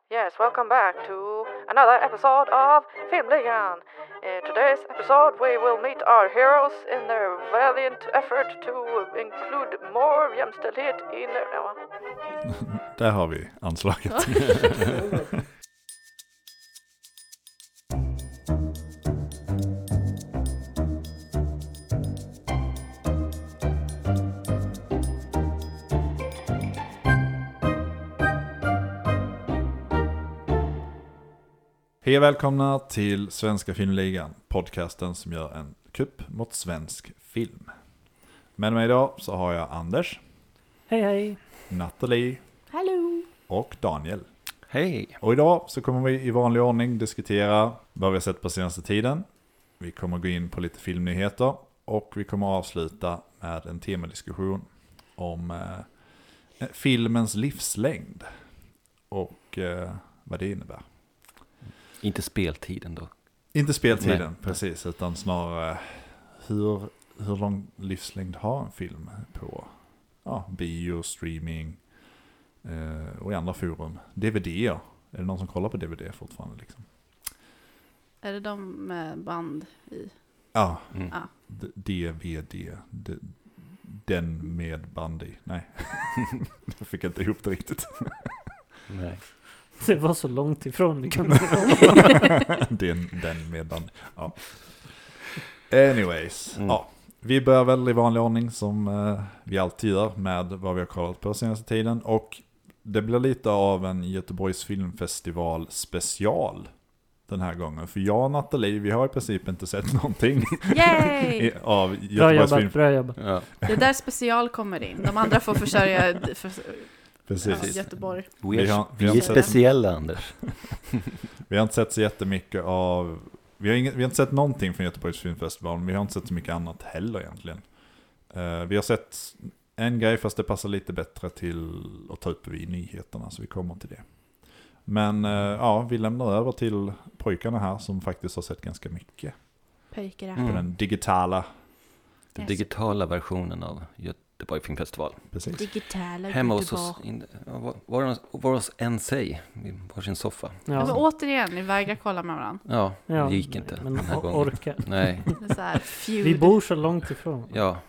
Yes, welcome back to another episode of Filmligan. In today's episode we will meet our heroes in their valiant effort to include more jämställdhet in their... Där har vi anslaget. Hej och välkomna till Svenska Filmligan, podcasten som gör en kupp mot svensk film. Med mig idag så har jag Anders. Hej hej. Nathalie. Hallå. Och Daniel. Hej. Och idag så kommer vi i vanlig ordning diskutera vad vi har sett på senaste tiden. Vi kommer gå in på lite filmnyheter och vi kommer avsluta med en temadiskussion om filmens livslängd och vad det innebär. Inte speltiden då. Inte speltiden, Nej. precis, utan snarare hur lång livslängd har en film på bio, streaming och i andra forum. DVD-er. Är det någon som kollar på DVD fortfarande? Liksom? Är det de med band i? Ja, Ja. DVD. Den med band i. Nej, jag fick inte ihop det riktigt. Nej. Det var så långt ifrån det kan den med band. Ja. Anyways, vi börjar väl i vanlig ordning som vi alltid gör med vad vi har kollat på senaste tiden. Och det blir lite av en Göteborgs filmfestival special den här gången. För jag och Nathalie, vi har i princip inte sett någonting Yay! av Göteborgs film. Bra jobbat. Ja. Det är där special kommer in. De andra får försörja Precis. Göteborg. Vi har är inte sett- speciella, Anders. Vi har inte sett så jättemycket av... Vi har inte sett någonting från Göteborgs filmfestival, men vi har inte sett så mycket annat heller egentligen. Vi har sett en grej, fast det passar lite bättre till att ta upp i nyheterna, så vi kommer till det. Men vi lämnar över till pojkarna här som faktiskt har sett ganska mycket Pöjkare. på den digitala. Den digitala versionen av Göteborg Filmfestival. Precis. Digitala Hemma hos Göteborg. oss, var hos NC i varsin soffa. Men Ja, återigen, ni vägrar kolla med varandra. Ja, det gick inte men den här gången. orka. Nej, Det är så här feud. Vi bor så långt ifrån. ja.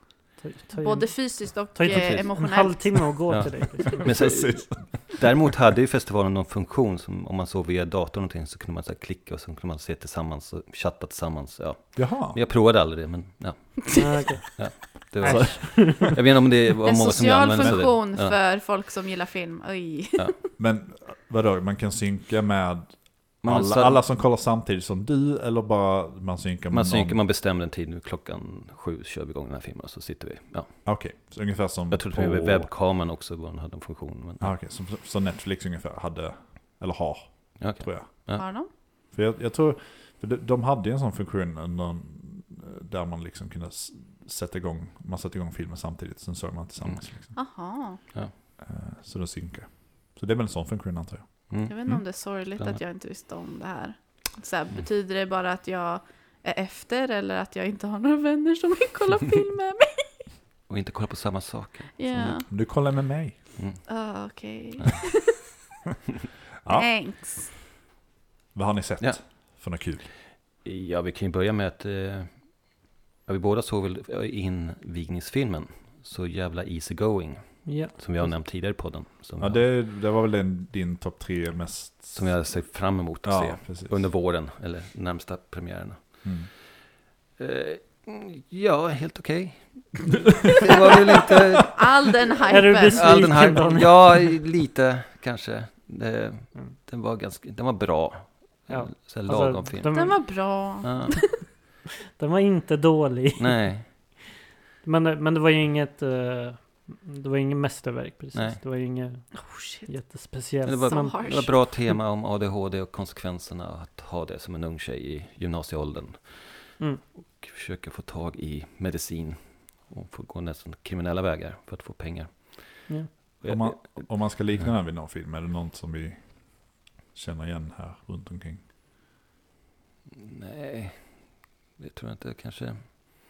Ta Både fysiskt och ta ju en emotionellt. halvtimme att gå Ja. till dig. Liksom. Men så, Precis. däremot hade ju festivalen någon funktion som om man såg via datorn någonting så kunde man så här klicka och så kunde man se tillsammans och chatta tillsammans. Ja. Jaha. Men jag provade aldrig det, men ja. Ja, okej. Det var, jag vet inte om det var En många som använde social sig av det. funktion Ja. för folk som gillar film. Oj. Men vadå, man kan synka med Man, alla som kollar samtidigt som du, eller bara man synkar med man någon? man bestämmer en tid, nu klockan 7 kör vi igång den här filmen och så sitter vi. Ja. Okej, så ungefär som Jag tror att webbkameran också hade en funktion. Men, Okej, så Netflix ungefär hade, eller har, okej. tror jag. Ja. Har de? För jag tror, för de hade en sån funktion där man liksom kunde sätter igång filmen samtidigt, sen såg man tillsammans. Liksom. Aha. Så då synkar. Så det är väl en sån funktion, antar jag. Mm. Jag vet inte om det är sorgligt Bra. att jag inte visste om det här. Så här, betyder det bara att jag är efter eller att jag inte har några vänner som vill kolla film med mig? Och inte kolla på samma saker. Ja. Du kollar med mig. Okej. Ja. Thanks. Vad har ni sett Ja. för något kul? Ja, vi kan ju börja med att vi båda såg väl invigningsfilmen Så jävla easy going, Ja. som vi har nämnt tidigare på podden. Som, Ja, det var väl din topp 3 mest... som jag ser fram emot att se precis. under våren, eller närmsta premiärerna. Mm. Ja, helt okej. Det var väl inte... All den Är du hypen. besviken? All den här, Daniel? ja, lite kanske. Den var bra. Ja. Så här lagom film. Den var bra. Ja, Den var inte dålig. nej, Men det var ju inget... det var inget mästerverk precis. Nej. Det var ju inget Oh shit. jättespeciellt. Men det var- Men- harsh. det var bra tema om ADHD och konsekvenserna att ha det som en ung tjej i gymnasieåldern. Mm. Och försöka få tag i medicin och få gå nästan kriminella vägar för att få pengar. Ja. Om man ska likna den vid någon film, är det något som vi känner igen här runt omkring? Nej, det tror jag inte. Kanske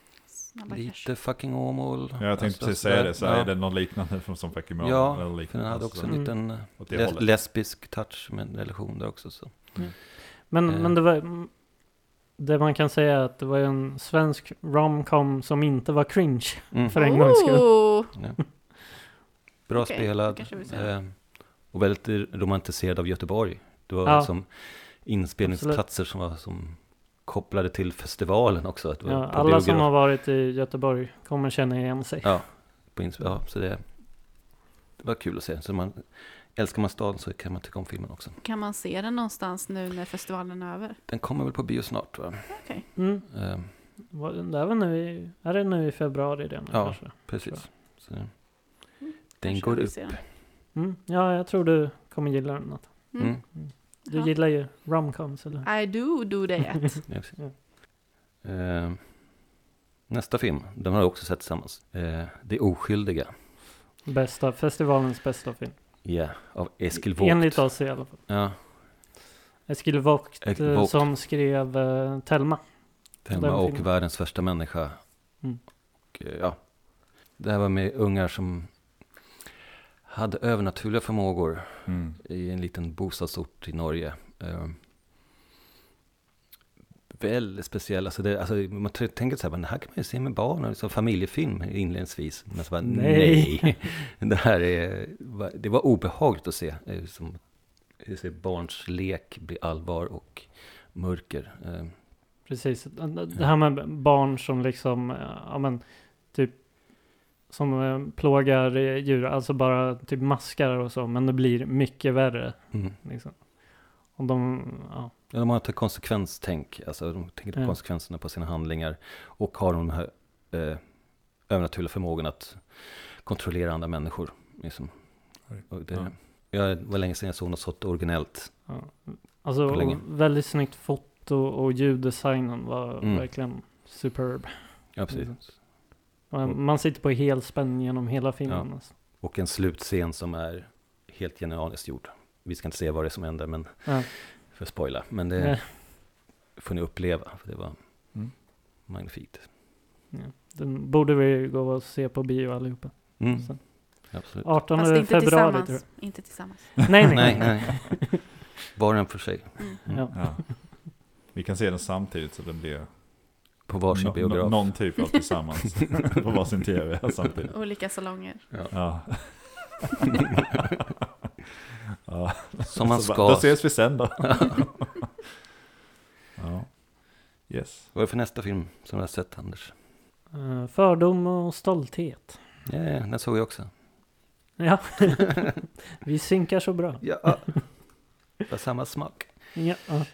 Snabba Lite cash. Fucking Åmål. Jag tänkte precis säga det, så är det någon liknande som Fucking Åmål? Ja, eller för liknande, den hade också en Mm. liten åt det hållet. lesbisk touch med en relation där också. Så. Men det var... Det man kan säga är att det var en svensk romcom som inte var cringe. Mm. För en gångs skull. Oh! Ja. Bra Okej, spelad. då kanske vi ser Och väldigt romantiserad av Göteborg. Det var Ja. som inspelningsplatser som var som kopplade till festivalen också. Att det var Ja, på alla som biograf. har varit i Göteborg kommer känna igen sig. Ja, så det var kul att se. Så älskar man staden så kan man tycka om filmen också. Kan man se den någonstans nu när festivalen är över? Den kommer väl på bio snart, va? Mm. Eh, Det är väl är det nu i februari det nu, Ja. kanske? precis. Så, den Kanske går vi upp. ser Mm. Ja, jag tror du kommer gilla den. Natt. den. Mm. Du Ja. gillar ju romcoms, eller? I do that. Ja, precis. Ja. Nästa film, den har jag också sett tillsammans. Det Oskyldiga. Festivalens bästa film. Ja, av Eskil Vogt. Enligt oss i alla fall. Ja, Eskil Vogt Vogt. som skrev Thelma. Thelma Den och filmen. Världens första människa. Mm. Och, ja, det här var med ungar som hade övernaturliga förmågor Mm. i en liten bostadsort i Norge. Väldigt speciell. Alltså man tänker så här, men det här kan man ju se med barn, alltså familjefilm inledningsvis. Men så bara, nej. Det här det var obehagligt att se. Som barns lek blir allvar och mörker. Precis. Det här med barn som liksom, ja men, typ, som plågar djur, alltså bara typ maskar och så, men det blir mycket värre. Mm. Liksom. Och de, ja. Ja, de har ett konsekvenstänk, alltså de tänker på konsekvenserna på sina handlingar och har de här övernaturliga förmågan att kontrollera andra människor. Liksom. Och det var länge sedan jag såg något sånt originellt. Ja. Alltså På länge. väldigt snyggt foto och ljuddesignen var verkligen superb. Ja, precis. Man sitter på helspänn genom hela filmen. Ja. Alltså. Och en slutscen som är helt genialiskt gjord. Vi ska inte se vad det är som händer, men för att spoila. Men det får ni uppleva, för det var magnifikt. Ja. Den borde vi gå och se på bio allihopa. Mm. Så. Absolut. 18 Fast inte februari tror tillsammans. jag. Inte tillsammans. Nej. Var en för sig. Ja. Ja. Vi kan se den samtidigt så den blir På varsin biograf. någon typ av tillsammans på varsin tv samtidigt. Olika salonger. Ja. Ja. Som man Så ska. då ses vi sen då. Ja. Yes. Vad är det för nästa film som du har sett, Anders? Fördom och stolthet. Ja, den såg jag också. Ja, vi synkar så bra. Ja, det var samma smak. Ja.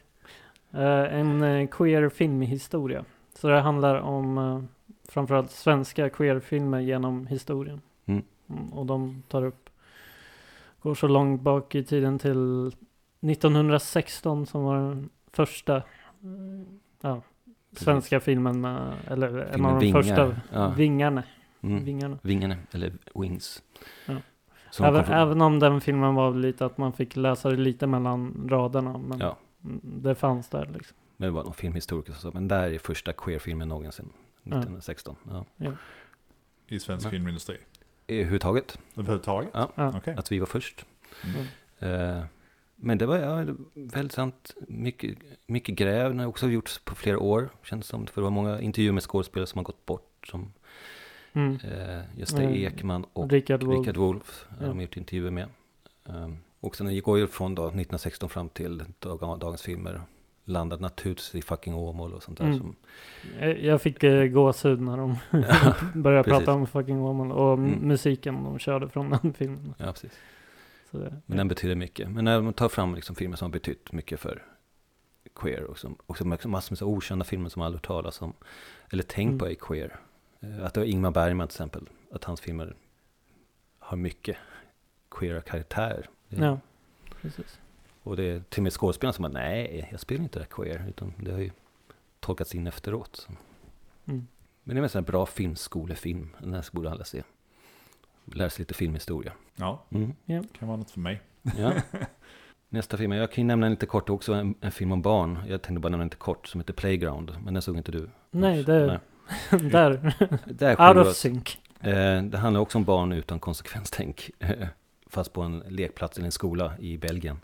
En queer filmhistoria. Så det handlar om framförallt svenska queerfilmer genom historien. Och de går så långt bak i tiden till 1916 som var den första svenska filmen med, eller en av de Vingar. första Vingarna. Vingarna, eller Wings. Ja. Som Även om den filmen var lite att man fick läsa det lite mellan raderna. Men det fanns där liksom. Men det var någon filmhistoriker som sa, men där är första queerfilmen någonsin. 1916. Ja. I svensk filmindustri. Överhuvudtaget. Överhuvudtaget? Ja. Okay. Att vi var först. Men det var väldigt sant. Mycket gräv. Det har också gjorts på flera år. Känns som, för det var många intervjuer med skådespelare som har gått bort. Som Gösta Ekman och Richard Wolff. De har gjort intervjuer med. Och sen går ju från då 1916 fram till dagens filmer. Landade naturligtvis i Fucking Åmål och sånt där. Som... Jag fick gåshud när de började prata om Fucking Åmål. Och musiken de körde från den filmen. Ja, precis. Så men den betyder mycket. Men när man tar fram liksom filmer som har betytt mycket för queer. Och så massor med så okända filmer som aldrig hört talas om. Eller tänkt på är queer. Att det var Ingmar Bergman till exempel. Att hans filmer har mycket queera karaktär. Ja, precis. Och det är till och med skådespelare som bara, nej, jag spelar inte det queer. Utan det har ju tolkats in efteråt. Så. Men det är mest en bra filmskolefilm. Den här borde alla se. Lära sig lite filmhistoria. Ja, kan vara något för mig. Ja. Nästa film, jag kan ju nämna lite kort också, en film om barn. Jag tänkte bara nämna lite kort som heter Playground. Men den såg inte du. Nej, Där out of sync. Det handlar också om barn utan konsekvenstänk. Fast på en lekplats eller en skola i Belgien.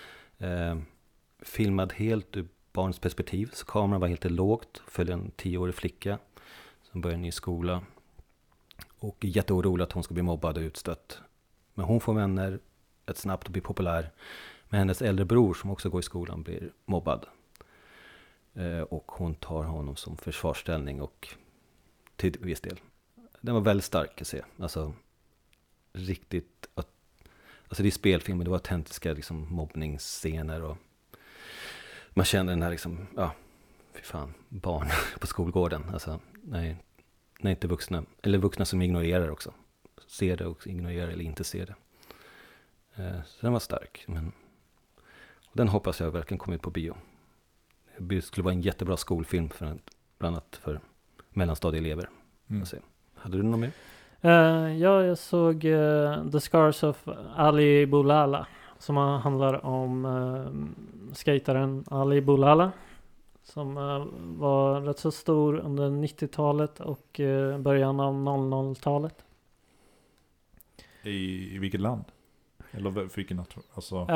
Filmad helt ur barns perspektiv. Så kameran var helt lågt. Följer en 10-årig flicka som börjar en ny skola. Och är jätteorolig att hon ska bli mobbad och utstött. Men hon får vänner rätt snabbt och blir populär. Men hennes äldre bror som också går i skolan blir mobbad. Och hon tar honom som försvarsställning och till viss del. Den var väldigt stark att se. Alltså riktigt. Alltså det är spelfilmer, det var autentiska liksom, mobbningsscener. Och man känner den här liksom, fy fan, barn på skolgården. Alltså nej, inte vuxna. Eller vuxna som ignorerar också. Ser det och ignorerar eller inte ser det. Så den var stark. Men den hoppas jag verkligen kommer ut på bio. Det skulle vara en jättebra skolfilm bland annat för mellanstadieelever. Hade du något mer? Jag såg The Scars of Ali Boulala som handlar om skataren Ali Boulala som var rätt så stor under 90-talet och början av 00-talet. I vilket land? Eller vilken nation? Alltså...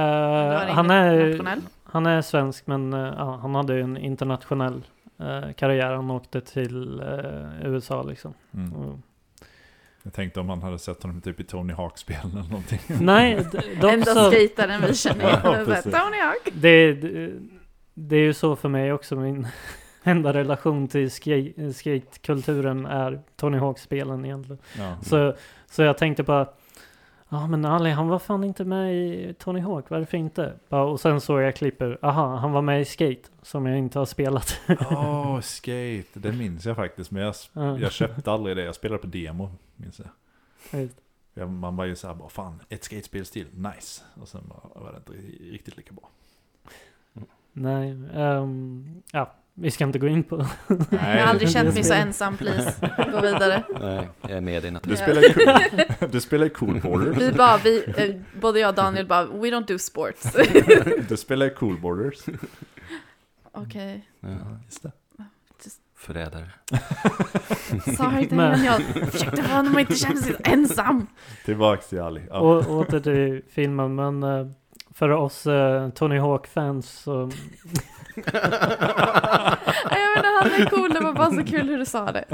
han är svensk men han hade en internationell karriär. Han åkte till USA liksom. Jag tänkte om han hade sett honom typ i Tony Hawk-spel eller någonting. Nej, enda skejtaren vi känner. Tony Hawk. Det är ju så för mig också. Min enda relation till skatekulturen är Tony Hawk-spelen egentligen. Så jag tänkte på men Ali, han var fan inte med i Tony Hawk, varför inte? Och sen såg jag klipper, han var med i Skate, som jag inte har spelat. Skate, det minns jag faktiskt, men jag köpte aldrig det, jag spelade på demo, minns jag. Man var ju såhär, fan, ett skatespel till, nice. Och sen var det inte riktigt lika bra. Nej, vi ska inte gå in på. Nej, jag har aldrig känt mig så ensam, please. Gå vidare. Nej, jag är med dig naturligtvis. Du spelar Cool Borders. Både jag och Daniel bara, we don't do sports. Du spelar Cool Borders. Okej. Ja, just det. Förrädare. Sorry, jag försökte få honom att inte känna sig ensam. Tillbaks till Ali. Och åter till filmen, men för oss Tony Hawk-fans så... Jag menar, han är cool, det var bara så kul hur du sa det.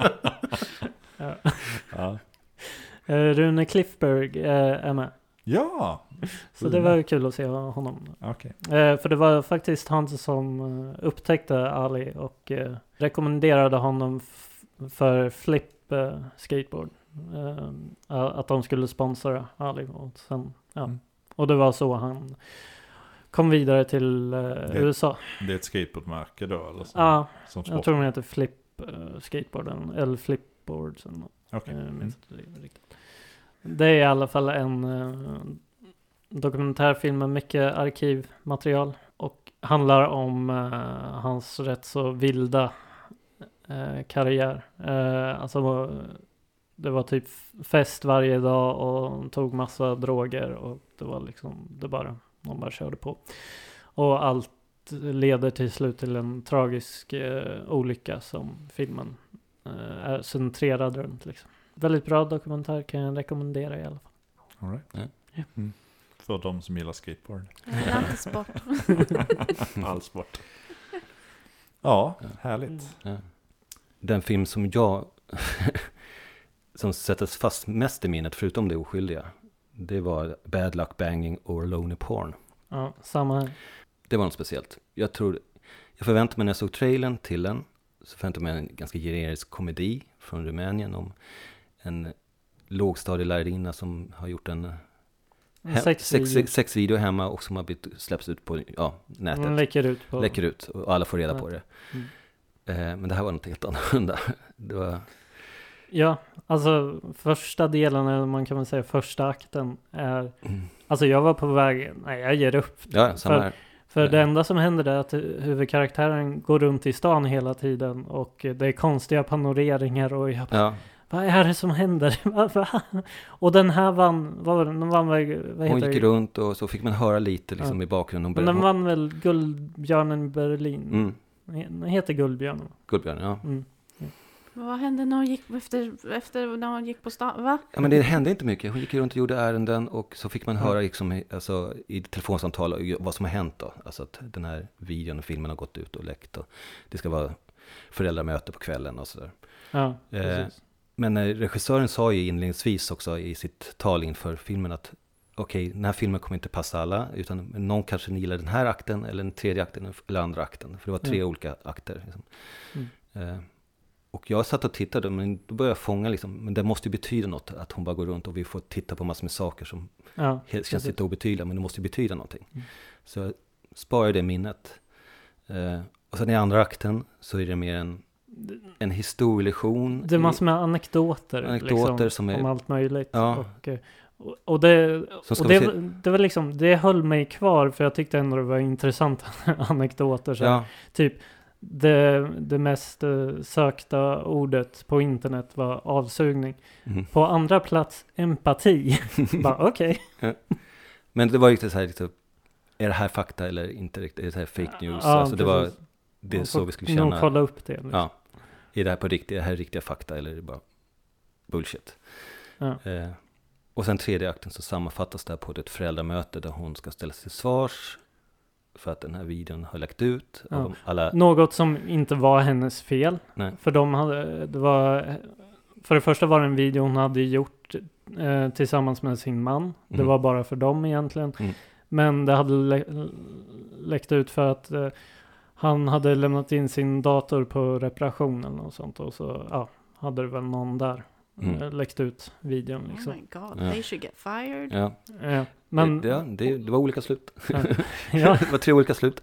Rune Cliffberg är med. Ja! Så det var kul att se honom. Okay. För det var faktiskt han som upptäckte Ali och rekommenderade honom för Flip skateboard. Att de skulle sponsra Ali. Och sen, och det var så han kom vidare till USA. Det är ett skateboardmärke då? Eller så, ja, som jag tror den heter Flip skateboarden. Eller Flipboards. Okay. Det är i alla fall en dokumentärfilm med mycket arkivmaterial. Och handlar om hans rätt så vilda karriär. Alltså det var typ fest varje dag och tog massa droger. Och det var liksom, de bara körde på. Och allt leder till slut till en tragisk olycka som filmen är centrerad runt liksom. Väldigt bra dokumentär, kan jag rekommendera i alla fall. All right. För de som gillar skateboard. All sport. All sport. Ja, härligt. Ja. Den film som jag som sätts fast mest i minnet, förutom det oskyldiga, det var Bad Luck Banging or Lonely Porn. Ja, samma här. Det var något speciellt. Jag förväntade mig när jag såg trailern till den, så förväntade mig en ganska generisk komedi från Rumänien om en lågstadielärarinna som har gjort en sexvideo hemma och som har släppts ut på nätet. Den läcker ut och alla får reda på det. Men det här var något helt annorlunda. Det var... Ja, alltså första delen, eller man kan väl säga första akten är... Alltså jag var på väg... Nej, jag ger upp. Ja, samma här. För det enda som händer är att huvudkaraktären går runt i stan hela tiden och det är konstiga panoreringar och jag bara, vad är det som händer? Och den här hon gick runt och så fick man höra lite liksom i bakgrunden. Den vann väl Guldbjörnen i Berlin. Den heter Guldbjörnen. Guldbjörnen, ja. Vad hände när hon gick efter när hon gick på stan? Va? Ja, men det hände inte mycket. Hon gick runt och gjorde ärenden och så fick man höra liksom, alltså, i telefonsamtal vad som har hänt då. Alltså att den här videon och filmen har gått ut och läckt och det ska vara föräldramöte på kvällen och sådär. Ja, precis. Men regissören sa ju inledningsvis också i sitt tal inför filmen att okej, den här filmen kommer inte passa alla, utan någon kanske gillar den här akten eller den tredje akten eller andra akten. För det var 3 olika akter. Liksom. Och jag satt och tittade, men då började jag fånga liksom, men det måste ju betyda något att hon bara går runt och vi får titta på massor med saker som känns lite obetydliga, men det måste ju betyda någonting. Så jag sparade det minnet. Och sen i andra akten så är det mer en historielektion. Det är massor med anekdoter liksom, som är, om allt möjligt. Ja. Och det var liksom, det höll mig kvar för jag tyckte ändå det var intressanta anekdoter. Så typ det mest sökta ordet på internet var avsugning. På andra plats empati. Bara okej. Ja. Men det var riktigt så här liksom, är det här fakta eller inte riktigt? Är det här fake news? Alltså det är så vi skulle känna. Nog kolla upp det. Liksom. Ja. Är det här på riktigt? Är det här riktiga fakta eller är det bara bullshit? Ja. Och sen tredje akten så sammanfattas det här på ett föräldramöte där hon ska ställa sig till svars för att den här videon har lagt ut. Ja. Alla... Något som inte var hennes fel. Nej. För för det första var det en video hon hade gjort tillsammans med sin man. Det var bara för dem egentligen. Men det hade läckt ut för att han hade lämnat in sin dator på reparationen och sånt. Och så hade det väl någon där läckt ut videon. Liksom. Oh my god, they should get fired. Ja. Men, det var olika slut. Ja. Det var 3 olika slut.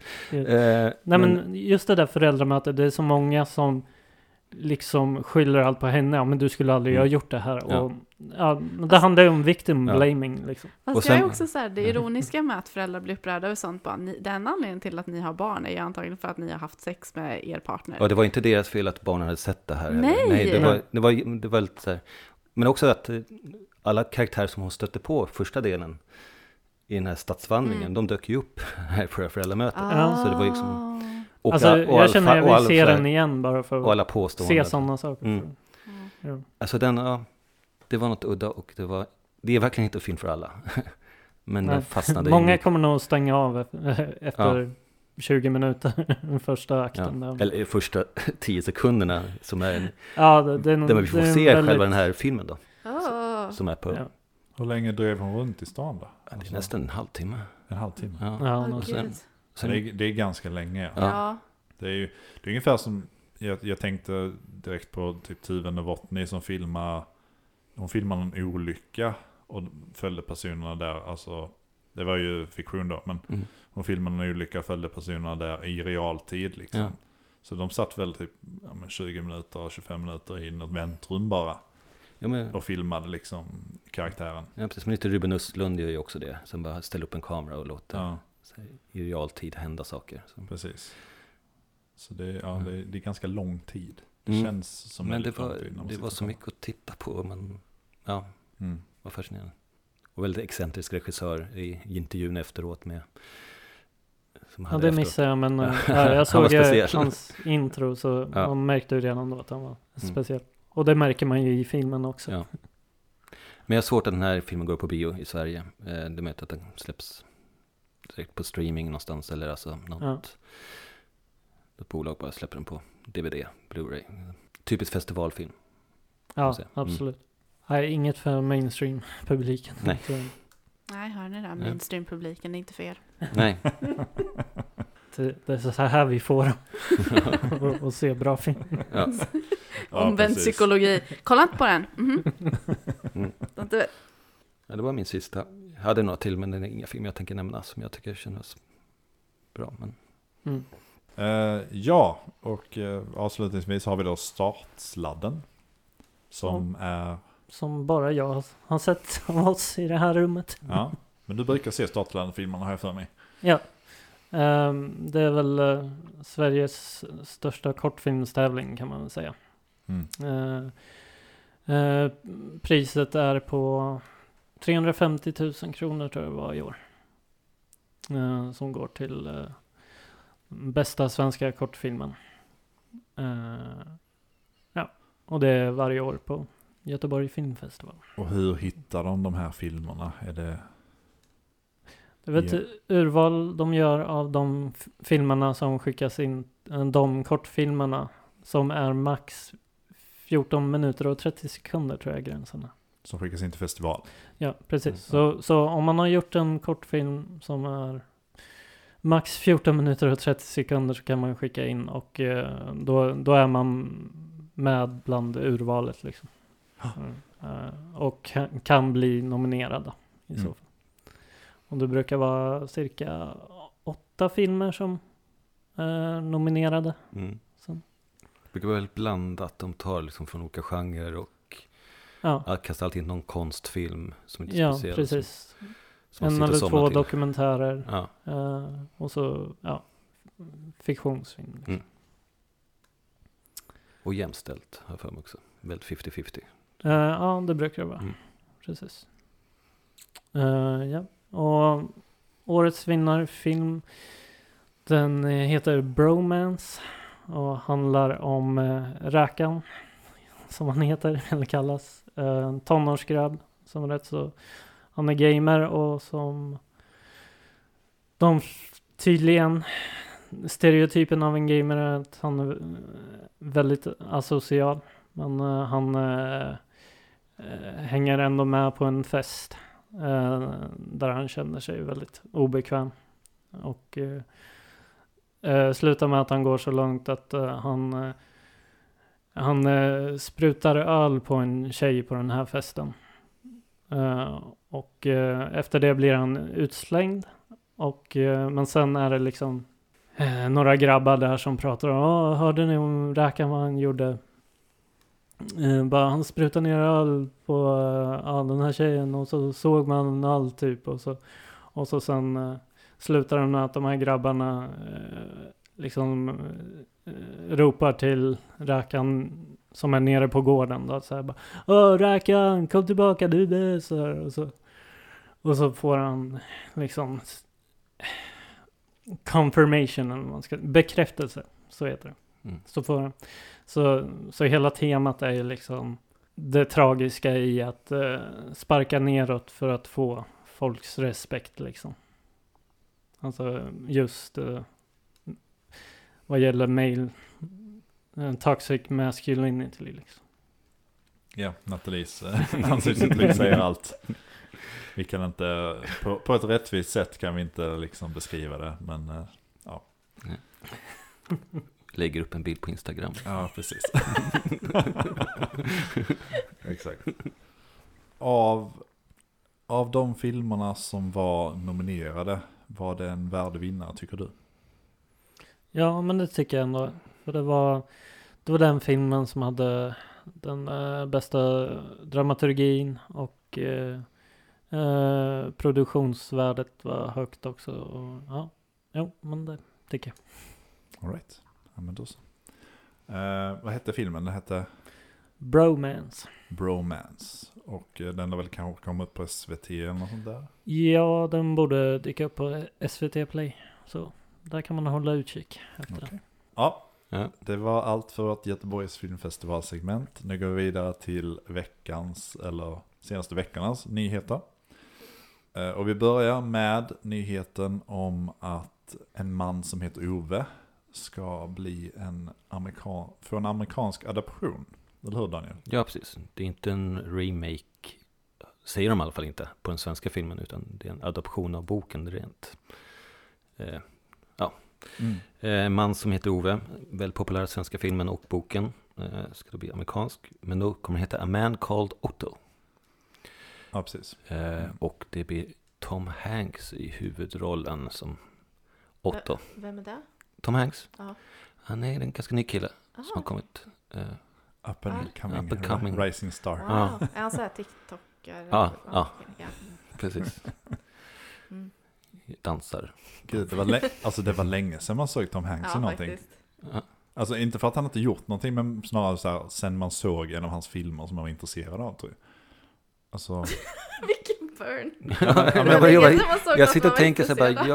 Men just det där föräldramötet, det är så många som liksom skyller allt på henne. Ja, men du skulle aldrig ha gjort det här. Ja. Och, det handlar ju om victim blaming. Liksom. Fast och sen, jag är också så här, det ironiska med att föräldrar blir upprörda och sånt. Bara, den anledningen till att ni har barn är ju antagligen för att ni har haft sex med er partner. Ja, det var inte deras fel att barnen hade sett det här. Nej, det var lite så här. Men också att alla karaktärer som hon stötte på första delen i den här stadsvandringen, de dök ju upp här på föräldramötet. Så det var liksom... jag känner att jag vill se den igen bara för att se sådana saker. Ja. Alltså det var något udda och det är verkligen inte en film för alla. Men den fastnade. Många kommer nog stänga av efter 20 minuter, den första akten. Ja. Eller första 10 sekunderna som är där vi får se själva den här filmen då. Som är på... Ja. Hur länge drev hon runt i stan då? Det är nästan en halvtimme. En halvtimme? Ja. Sen, det är ganska länge. Ja. Det är ungefär som jag tänkte direkt på typ Tuve Novotny som hon filmar en olycka och följde personerna där. Alltså, det var ju fiktion då, men hon filmade en olycka och följde personerna där i realtid liksom. Ja. Så de satt väl typ 20 minuter, 25 minuter i något väntrum bara. Och filmade liksom karaktären. Ja, precis. Men lite Ruben Östlund gör ju också det. Som bara ställer upp en kamera och låter i realtid hända saker. Så. Precis. Så det är ganska lång tid. Det känns som men det var så mycket att titta på. Men var fascinerande. Och väldigt excentrisk regissör i intervjun efteråt med. Det missade jag, men jag såg hans intro så man märkte ju redan då att han var speciell. Och det märker man ju i filmen också. Ja. Men jag har svårt att den här filmen går på bio i Sverige. Det möter att den släpps direkt på streaming någonstans. Eller alltså något bolag bara släpper den på DVD, Blu-ray. Typiskt festivalfilm. Ja, absolut. Nej, inget för mainstream-publiken. Nej, hör ni det? Mainstream-publiken är inte för er. Nej. Det är så här vi får och se bra film. Ja. Omvänd psykologi. Kolla inte på den. Det var min sista. Jag hade några till, men det är inga film jag tänker nämna som jag tycker känns bra. Men... och avslutningsvis har vi då Startsladden. Som bara jag har sett av oss i det här rummet. Ja, men du brukar se Startsladden-filmerna har jag för mig. Ja. Det är väl Sveriges största kortfilmstävling kan man väl säga. Priset är på 350 000 kronor tror jag var i år. Som går till bästa svenska kortfilmen. Och det är varje år på Göteborg Filmfestival. Och hur hittar de här filmerna? Är det... Det är ett urval de gör av de filmerna som skickas in. De kortfilmerna som är max 14 minuter och 30 sekunder tror jag gränserna. Som skickas in till festival? Ja, precis. Så om man har gjort en kortfilm som är max 14 minuter och 30 sekunder så kan man skicka in och då är man med bland urvalet liksom. Och kan bli nominerad i så fall. Och det brukar vara cirka 8 filmer som är nominerade. Det brukar vara väldigt blandat. De tar liksom från olika genrer och kastar alltid in någon konstfilm som inte är speciell. Precis. En eller 2 dokumentärer. Och så fiktionsfilm. Liksom. Och jämställt har jag för mig också. Väldigt 50-50. Ja, det brukar det vara. Precis. Och årets vinnarfilm, den heter Bromance och handlar om Räkan, som han heter eller kallas. Tonårsgrabb som är rätt så, han är gamer och som de tydligen stereotypen av en gamer är att han är väldigt asocial, men han hänger ändå med på en fest där han känner sig väldigt obekväm och slutar med att han går så långt att han sprutar öl på en tjej på den här festen och efter det blir han utslängd och men sen är det liksom några grabbar där som pratar om hörde ni om Räkan vad han gjorde? Han sprutade ner öl på den här tjejen och så såg man allt typ och så sen slutar de med att de här grabbarna liksom ropar till Räkan som är nere på gården då, så här bara Räkan, kom tillbaka du bäsar och så får han liksom confirmation eller man ska bekräftelse, så heter det. Så får han så hela temat är ju liksom det tragiska i att sparka neråt för att få folks respekt liksom. Alltså just vad gäller male toxic masculinity liksom. Ja, Nathalies ansiktsuttryck säger allt. Vi kan inte, på ett rättvist sätt kan vi inte liksom beskriva det, men ja. Lägger upp en bild på Instagram. Ja, precis. Exakt. Av de filmerna som var nominerade, var det en värdig vinnare tycker du? Ja, men det tycker jag ändå. För det var den filmen som hade den bästa dramaturgin och produktionsvärdet var högt också. Och, men det tycker jag. All right. Ja, men då så. Vad hette filmen? Den hette? Bromance. Och den har väl kanske kommit på SVT eller något sånt där? Ja, den borde dyka upp på SVT Play. Så där kan man hålla utkik efter den. Ja, det var allt för vårt Göteborgs filmfestivalsegment. Nu går vi vidare till senaste veckornas nyheter. Och vi börjar med nyheten om att en man som heter Ove ska bli få en amerikansk adaption. Eller hur, Daniel? Ja, precis. Det är inte en remake, säger de i alla fall inte, på den svenska filmen, utan det är en adaption av boken rent. En man som heter Ove, väldigt populär svenska filmen och boken, ska det bli amerikansk. Men då kommer det heta A Man Called Otto. Ja, precis. Och det blir Tom Hanks i huvudrollen som Otto. Vem är det? Tom Hanks. Ja. Han är en ganska ny kille som har kommit. Up and coming rising star. Wow. Är han så här TikTokare? Ja. Precis. Dansar. Gud, det var länge sedan man såg Tom Hanks i någonting. Ja. Alltså inte för att han inte gjort någonting, men snarare så här, sen man såg en av hans filmer som man var intresserad av, tror jag. Alltså... Vilken burn. Jag sitter och tänker så bara,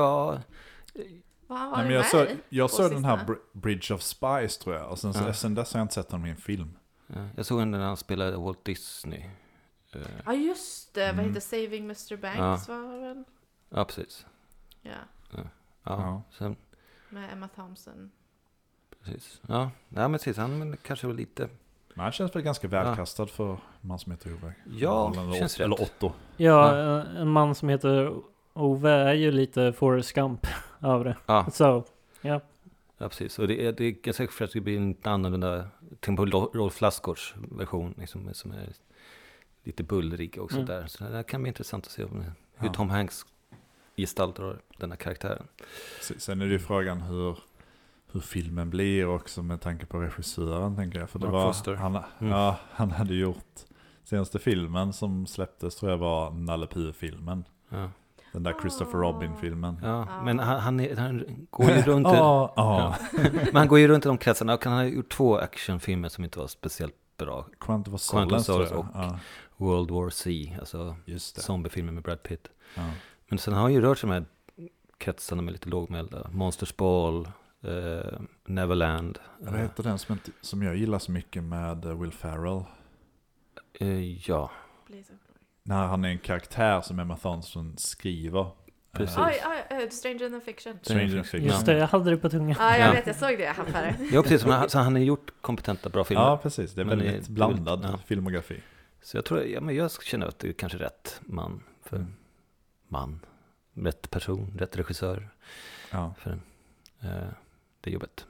jag såg den här Bridge of Spies, tror jag. Och sen dess har jag inte sett honom i en film. Jag såg när han spelade Walt Disney. Ja, just det. Vad heter Saving Mr. Banks? Var väl? Ja, precis. Ja. Sen, med Emma Thompson. Precis. Ja, men precis. Han kanske var lite... Men han känns väl ganska välkastad för man som heter Ove. Ja, känns rätt. Eller Otto. Ja, en man som heter Ove är ju lite Forrest Gump av det. Ja. Så, ja. Ja, precis. Och det är ganska för att det blir en annorlunda, tänk på Rolf Lassgårds version liksom, som är lite bullrig och sånt där. Så det kan bli intressant att se hur Tom Hanks gestaltar den här karaktären. Sen är det ju frågan hur filmen blir också med tanke på regissören, tänker jag. För det var, han hade gjort senaste filmen som släpptes, tror jag var Nalle Puh-filmen. Ja. Den där Christopher Robin-filmen. Ja, men han går ju runt men han går ju runt i de kretsarna. Och han har gjort 2 actionfilmer som inte var speciellt bra. Quantum of Solace och World War C, alltså zombiefilmer med Brad Pitt. Ja. Men sen har han ju rört sig med kretsarna med lite lågmälda. Monsters Ball, Neverland. Vad heter den som jag gillar så mycket med Will Ferrell? Ja. När han är en karaktär som Emma Thompson skriver. Precis. Stranger Than Fiction. Just det, jag hade det på tungan. Ja, jag vet, jag såg det. Ja, precis. Så han har gjort kompetenta, bra filmer. Ja, precis. Det är väldigt blandad filmografi. Så jag tror, jag känner att det är kanske rätt man för rätt person, rätt regissör för det jobbet.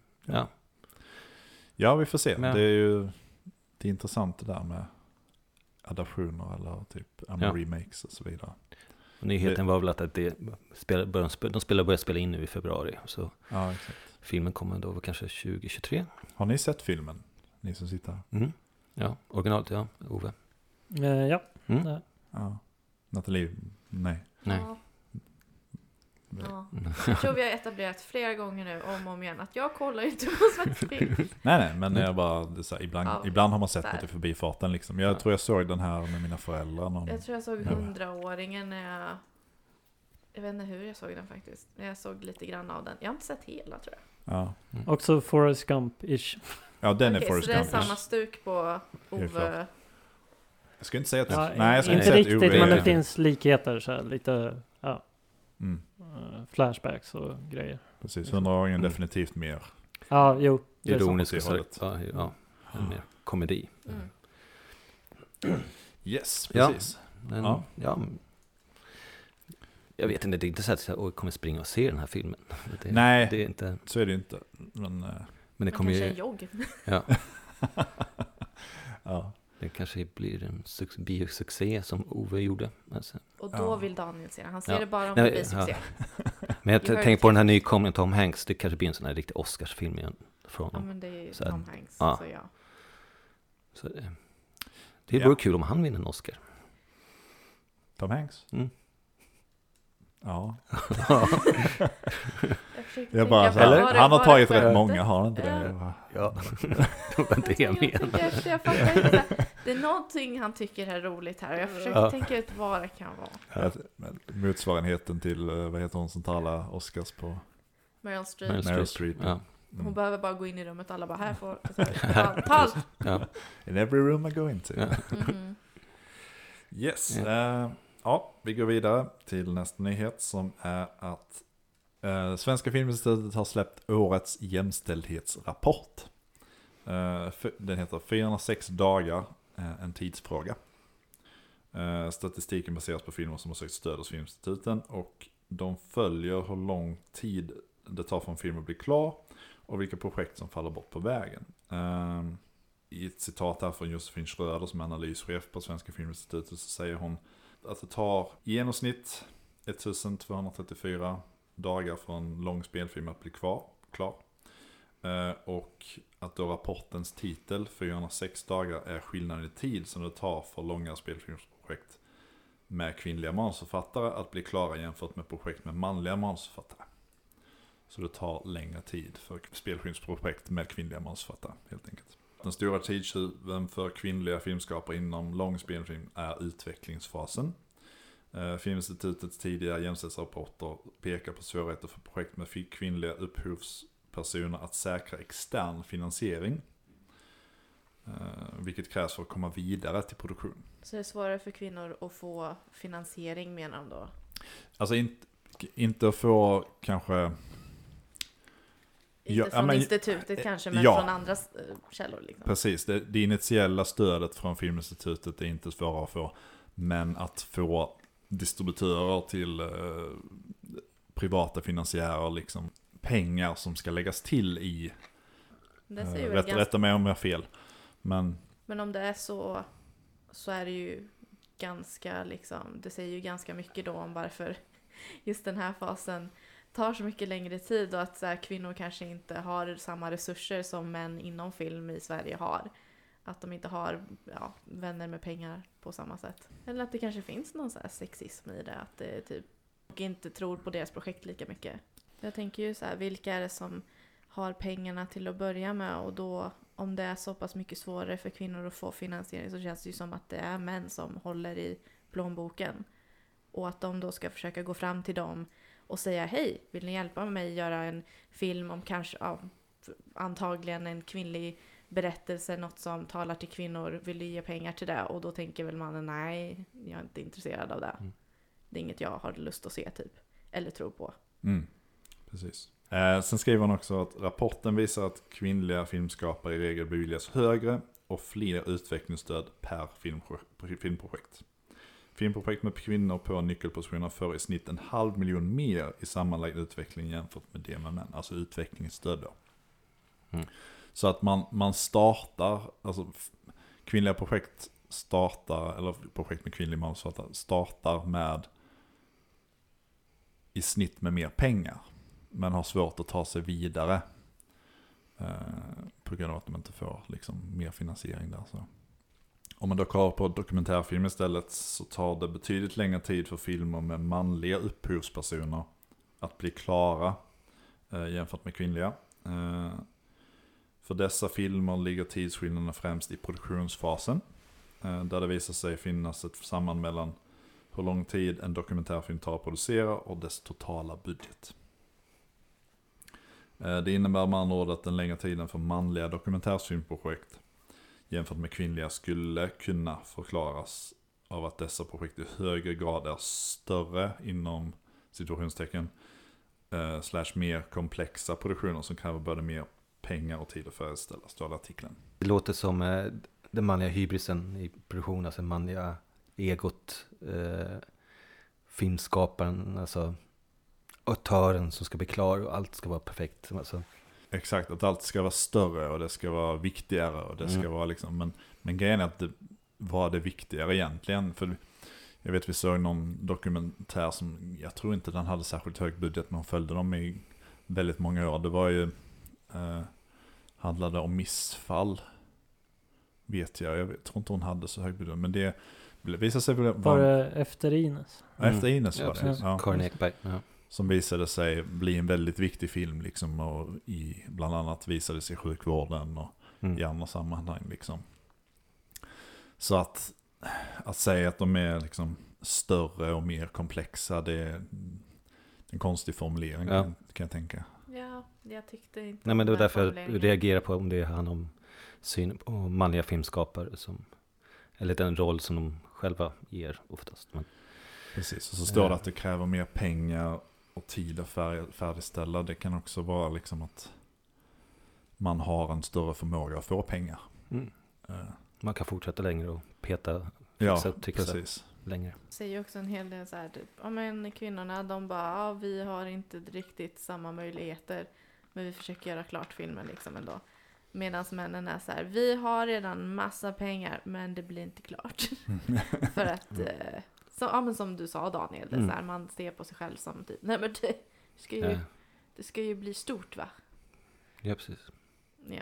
Ja, vi får se. Det är ju det är intressant det där med adaptioner eller typ remakes och så vidare. Och nyheten var väl att de börjar spela in nu i februari. Så filmen kommer då kanske 2023. Har ni sett filmen? Ni som sitter här? Mm. Ja, originalet, Ove. Ja. Ja. Nathalie, nej. Ja. Jag tror vi har etablerat flera gånger nu om och om igen att jag kollar inte på svensk film. nej, men jag bara så här, ibland har man sett något i förbifarten liksom. Jag tror jag såg den här med mina föräldrar. Jag tror jag såg 100-åringen när jag vet inte hur jag såg den faktiskt. Men jag såg lite grann av den. Jag har inte sett hela, tror jag. Ja. Också Forrest Gump-ish. Ja, den är Forrest Gump. Så det är samma stuk på Ove. Jag ska inte säga att jag ska inte riktigt, men det finns likheter så här, lite flashbacks och grejer. Precis, 100-åringen definitivt mer. Ja, jo. Ironisk istället. En mer komedi. Yes, precis. Jag vet inte, det är inte så att jag kommer springa och se den här filmen. Nej, det är inte, så är det inte. Men det kommer ju... en jogg. Ja. Det kanske blir en biosuccé som Ove gjorde. Alltså. Och då vill Daniel se det. Han ser det bara om det blir succé. Men jag tänker på den här nykomlingen Tom Hanks. Det kanske blir en sån här riktig Oscarsfilm igen från honom. Ja, men det är ju Tom Hanks. Så det vore kul om han vinner en Oscar. Tom Hanks? Mm. Ja. Jag bara, han har tagit rätt många, har han inte det? Ja, det var inte jag menade. Jag fattar inte. Det är någonting han tycker är roligt här. Och jag försöker tänka ut vad det kan vara. Motsvarigheten till, vad heter hon som talar Oscars på? Meryl Streep. Meryl Streep. Ja. Hon behöver bara gå in i rummet och alla bara, här får tal. In every room I go into. Yes. Vi går vidare till nästa nyhet som är att Svenska Filminstitutet har släppt årets jämställdhetsrapport. Den heter 406 dagar, en tidsfråga. Statistiken baseras på filmer som har sökt stöd hos Filminstituten och de följer hur lång tid det tar för en film att bli klar och vilka projekt som faller bort på vägen. I ett citat här från Josefin Schröder som är analyschef på Svenska Filminstitutet så säger hon att det tar i genomsnitt 1234 dagar för en lång spelfilm att bli klar. Och att då rapportens titel 406 dagar är skillnaden i tid som det tar för långa spelfilmsprojekt med kvinnliga manusförfattare att bli klara jämfört med projekt med manliga manusförfattare. Så det tar längre tid för spelfilmsprojekt med kvinnliga manusförfattare helt enkelt. Den stora tidstjuven för kvinnliga filmskapare inom lång spelfilm är utvecklingsfasen. Filminstitutets tidigare jämställdhetsrapporter pekar på svårigheter för projekt med kvinnliga upphovspersoner att säkra extern finansiering. Vilket krävs för att komma vidare till produktion. Så det är svårare för kvinnor att få finansiering, menar de då? Alltså inte att få kanske... Inte från institutet kanske, men från andra källor. Liksom. Precis, det initiella stödet från Filminstitutet är inte svårare att få. Men att få distributörer till privata finansiärer, liksom, pengar som ska läggas till i... Rätta mig om jag har fel. Men om det är så är det ju ganska, liksom, det säger ju ganska mycket då om varför just den här fasen tar så mycket längre tid, och att så här, kvinnor kanske inte har samma resurser som män inom film i Sverige har. Att de inte har vänner med pengar på samma sätt. Eller att det kanske finns någon så här sexism i det, att det typ inte tror på deras projekt lika mycket. Jag tänker ju så här, vilka är det som har pengarna till att börja med, och då om det är så pass mycket svårare för kvinnor att få finansiering, så känns det ju som att det är män som håller i plånboken, och att de då ska försöka gå fram till dem och säga: hej, vill ni hjälpa mig att göra en film om kanske antagligen en kvinnlig berättelse, något som talar till kvinnor, vill du ge pengar till det? Och då tänker väl mannen: nej, jag är inte intresserad av det. Det är inget jag har lust att se typ, eller tror på. Precis. Sen skriver han också att rapporten visar att kvinnliga filmskapare i regel beviljas högre och fler utvecklingsstöd per filmprojekt. Filmprojekt med kvinnor på nyckelpositioner får i snitt 500 000 mer i sammanlagd utveckling jämfört med det med män. Alltså utvecklingsstöd då. Så att man startar, alltså kvinnliga projekt startar, eller projekt med kvinnlig manusförfattare startar med i snitt med mer pengar. Men har svårt att ta sig vidare på grund av att de inte får liksom mer finansiering där. Så. Om man då kollar på dokumentärfilm istället, så tar det betydligt längre tid för filmer med manliga upphovspersoner att bli klara jämfört med kvinnliga. För dessa filmer ligger tidsskillnaderna främst i produktionsfasen, där det visar sig finnas ett samband mellan hur lång tid en dokumentärfilm tar att producera och dess totala budget. Det innebär med andra ord att den längre tiden för manliga dokumentärfilmprojekt jämfört med kvinnliga skulle kunna förklaras av att dessa projekt i högre grad är större inom situationstecken / mer komplexa produktioner som kräver både mer pengar och tid att föreställa, står det artikeln. Det låter som den manliga hybrisen i produktion, alltså den manliga egot, filmskaparen, alltså autören som ska bli klar och allt ska vara perfekt. Alltså. Exakt, att allt ska vara större och det ska vara viktigare och det ska vara liksom, men grejen är att vad är det viktigare egentligen? För jag vet vi såg någon dokumentär som, jag tror inte den hade särskilt hög budget, men följde dem i väldigt många år. Det var ju handlade om missfall, vet jag tror inte hon hade så hög budget, men det visade sig var det efter Ines? Efter Ines var det. Ja. Karin Ekberg. Ja. Som visade sig bli en väldigt viktig film liksom, och bland annat visade sig i sjukvården och i andra sammanhang liksom. Så att säga att de är liksom större och mer komplexa, det är en konstig formulering kan jag tänka. Ja, jag tyckte inte. Nej, men det var därför jag reagerar på om det handlar om syn på manliga filmskapare eller den roll som de själva ger oftast. Men, precis, och så står det att det kräver mer pengar och tid att färdigställa. Det kan också vara liksom att man har en större förmåga att få pengar. Man kan fortsätta längre och peta precis. Längre. Säger också en hel del så här, typ, men kvinnorna, de bara, vi har inte riktigt samma möjligheter, men vi försöker göra klart filmen liksom ändå. Medan männen är så här, vi har redan massa pengar, men det blir inte klart. För att som du sa, Daniel, det så här, man ser på sig själv som typ, nej men det ska ju bli stort, va? Ja, precis. Ja.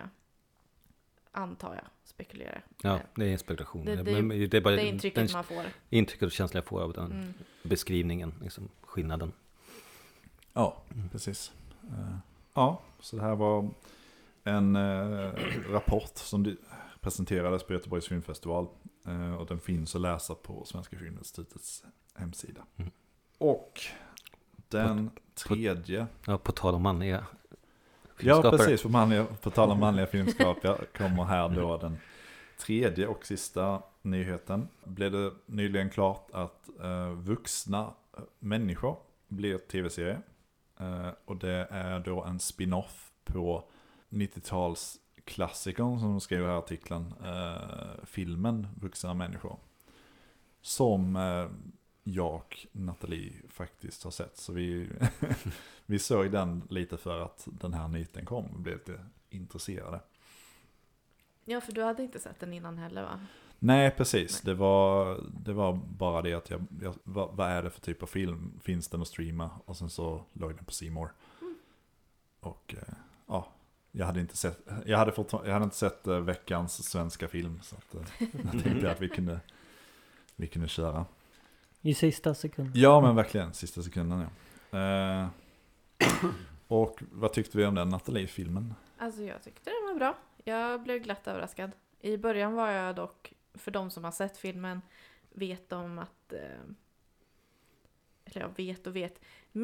Antar jag, spekulerar. Ja, det är en spekulation. Det är bara det intrycket man får. Intrycket och känslan jag får av den beskrivningen, liksom skillnaden. Ja, precis. Så det här var en rapport som presenterades på Göteborgs filmfestival. Och den finns att läsa på Svenska Filminstitutets hemsida. Och den tredje... på tal om manliga filmskapare. Ja, precis. På tal om manliga filmskapare kommer här då den tredje och sista nyheten blev det nyligen klart att vuxna människor blir tv-serie. Och det är då en spin-off på 90-talsklassikern som de skriver här i artikeln. Filmen Vuxna människor. Som jag och Nathalie faktiskt har sett. Så vi såg den lite för att den här nyheten kom och blev lite intresserade. Ja, för du hade inte sett den innan heller, va? Nej, precis. Nej. Det var bara det att vad är det för typ av film? Finns den att streama? Och sen så låg den på C More. Och ja, jag hade inte sett veckans svenska film. Så att, jag tänkte att vi kunde köra. I sista sekunden. Ja, men verkligen. Sista sekunden, ja. Och vad tyckte vi om den Nathalie-filmen? Alltså jag tyckte den var bra. Jag blev glatt överraskad. I början var jag dock, för de som har sett filmen, vet om att... eller jag vet.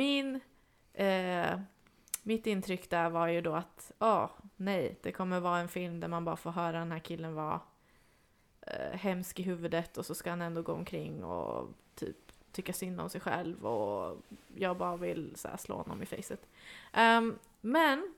Mitt intryck där var ju då att nej, det kommer vara en film där man bara får höra den här killen vara hemsk i huvudet och så ska han ändå gå omkring och typ tycka synd om sig själv och jag bara vill så här, slå honom i facet. Men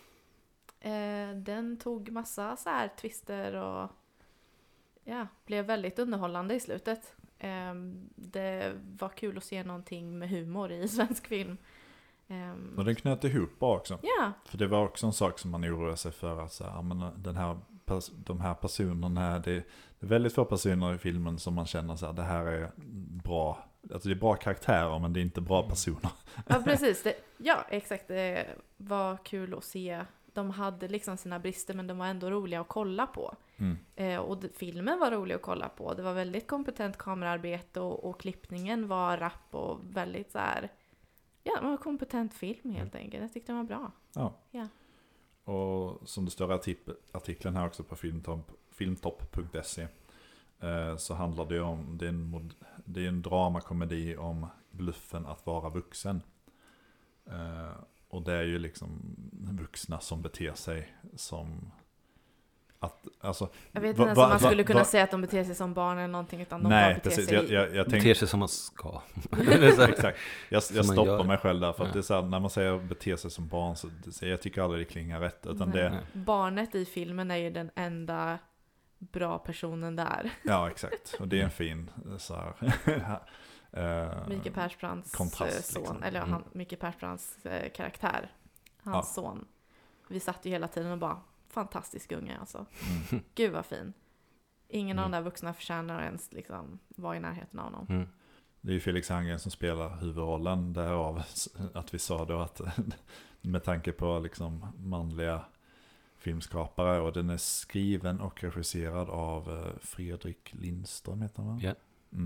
den tog massa så här twister och blev väldigt underhållande i slutet. Det var kul att se någonting med humor i svensk film. Och den knöt ihop bara också. Ja. För det var också en sak som man oroade sig för. Att så här, men de här personerna, det är väldigt få personer i filmen som man känner så här, det här är bra. Alltså det är bra karaktärer men det är inte bra personer. Ja, precis. Exakt. Det var kul att se. De hade liksom sina brister men de var ändå roliga att kolla på. Och filmen var rolig att kolla på. Det var väldigt kompetent kamerarbete och klippningen var rapp och väldigt så här... Ja, det var en kompetent film helt enkelt. Jag tyckte den var bra. Ja. Och som det står i artikeln här också på filmtopp.se så handlar det om, det är en dramakomedi om bluffen att vara vuxen. Och det är ju liksom vuxna som beter sig som att, alltså, jag vet inte ens om man skulle kunna säga att de beter sig som barn eller någonting, utan de bara beter sig. Jag beter sig som man ska. Exakt. Jag stoppar mig själv där för att det är så här, när man säger beter sig som barn så jag tycker aldrig det klingar rätt, utan barnet i filmen är ju den enda bra personen där. Ja, exakt. Och det är en fin så här Mikael Persbrandts kontrast, son, liksom. eller Mikael Persbrandts karaktär, hans son. Vi satt ju hela tiden och bara fantastisk unge alltså. Gud vad fin. Ingen av de där vuxna förtjänar ens liksom vara i närheten av honom. Det är ju Felix Herngren som spelar huvudrollen, därav att vi sa då att med tanke på liksom manliga filmskapare, och den är skriven och regisserad av Fredrik Lindström heter han, va? Ja.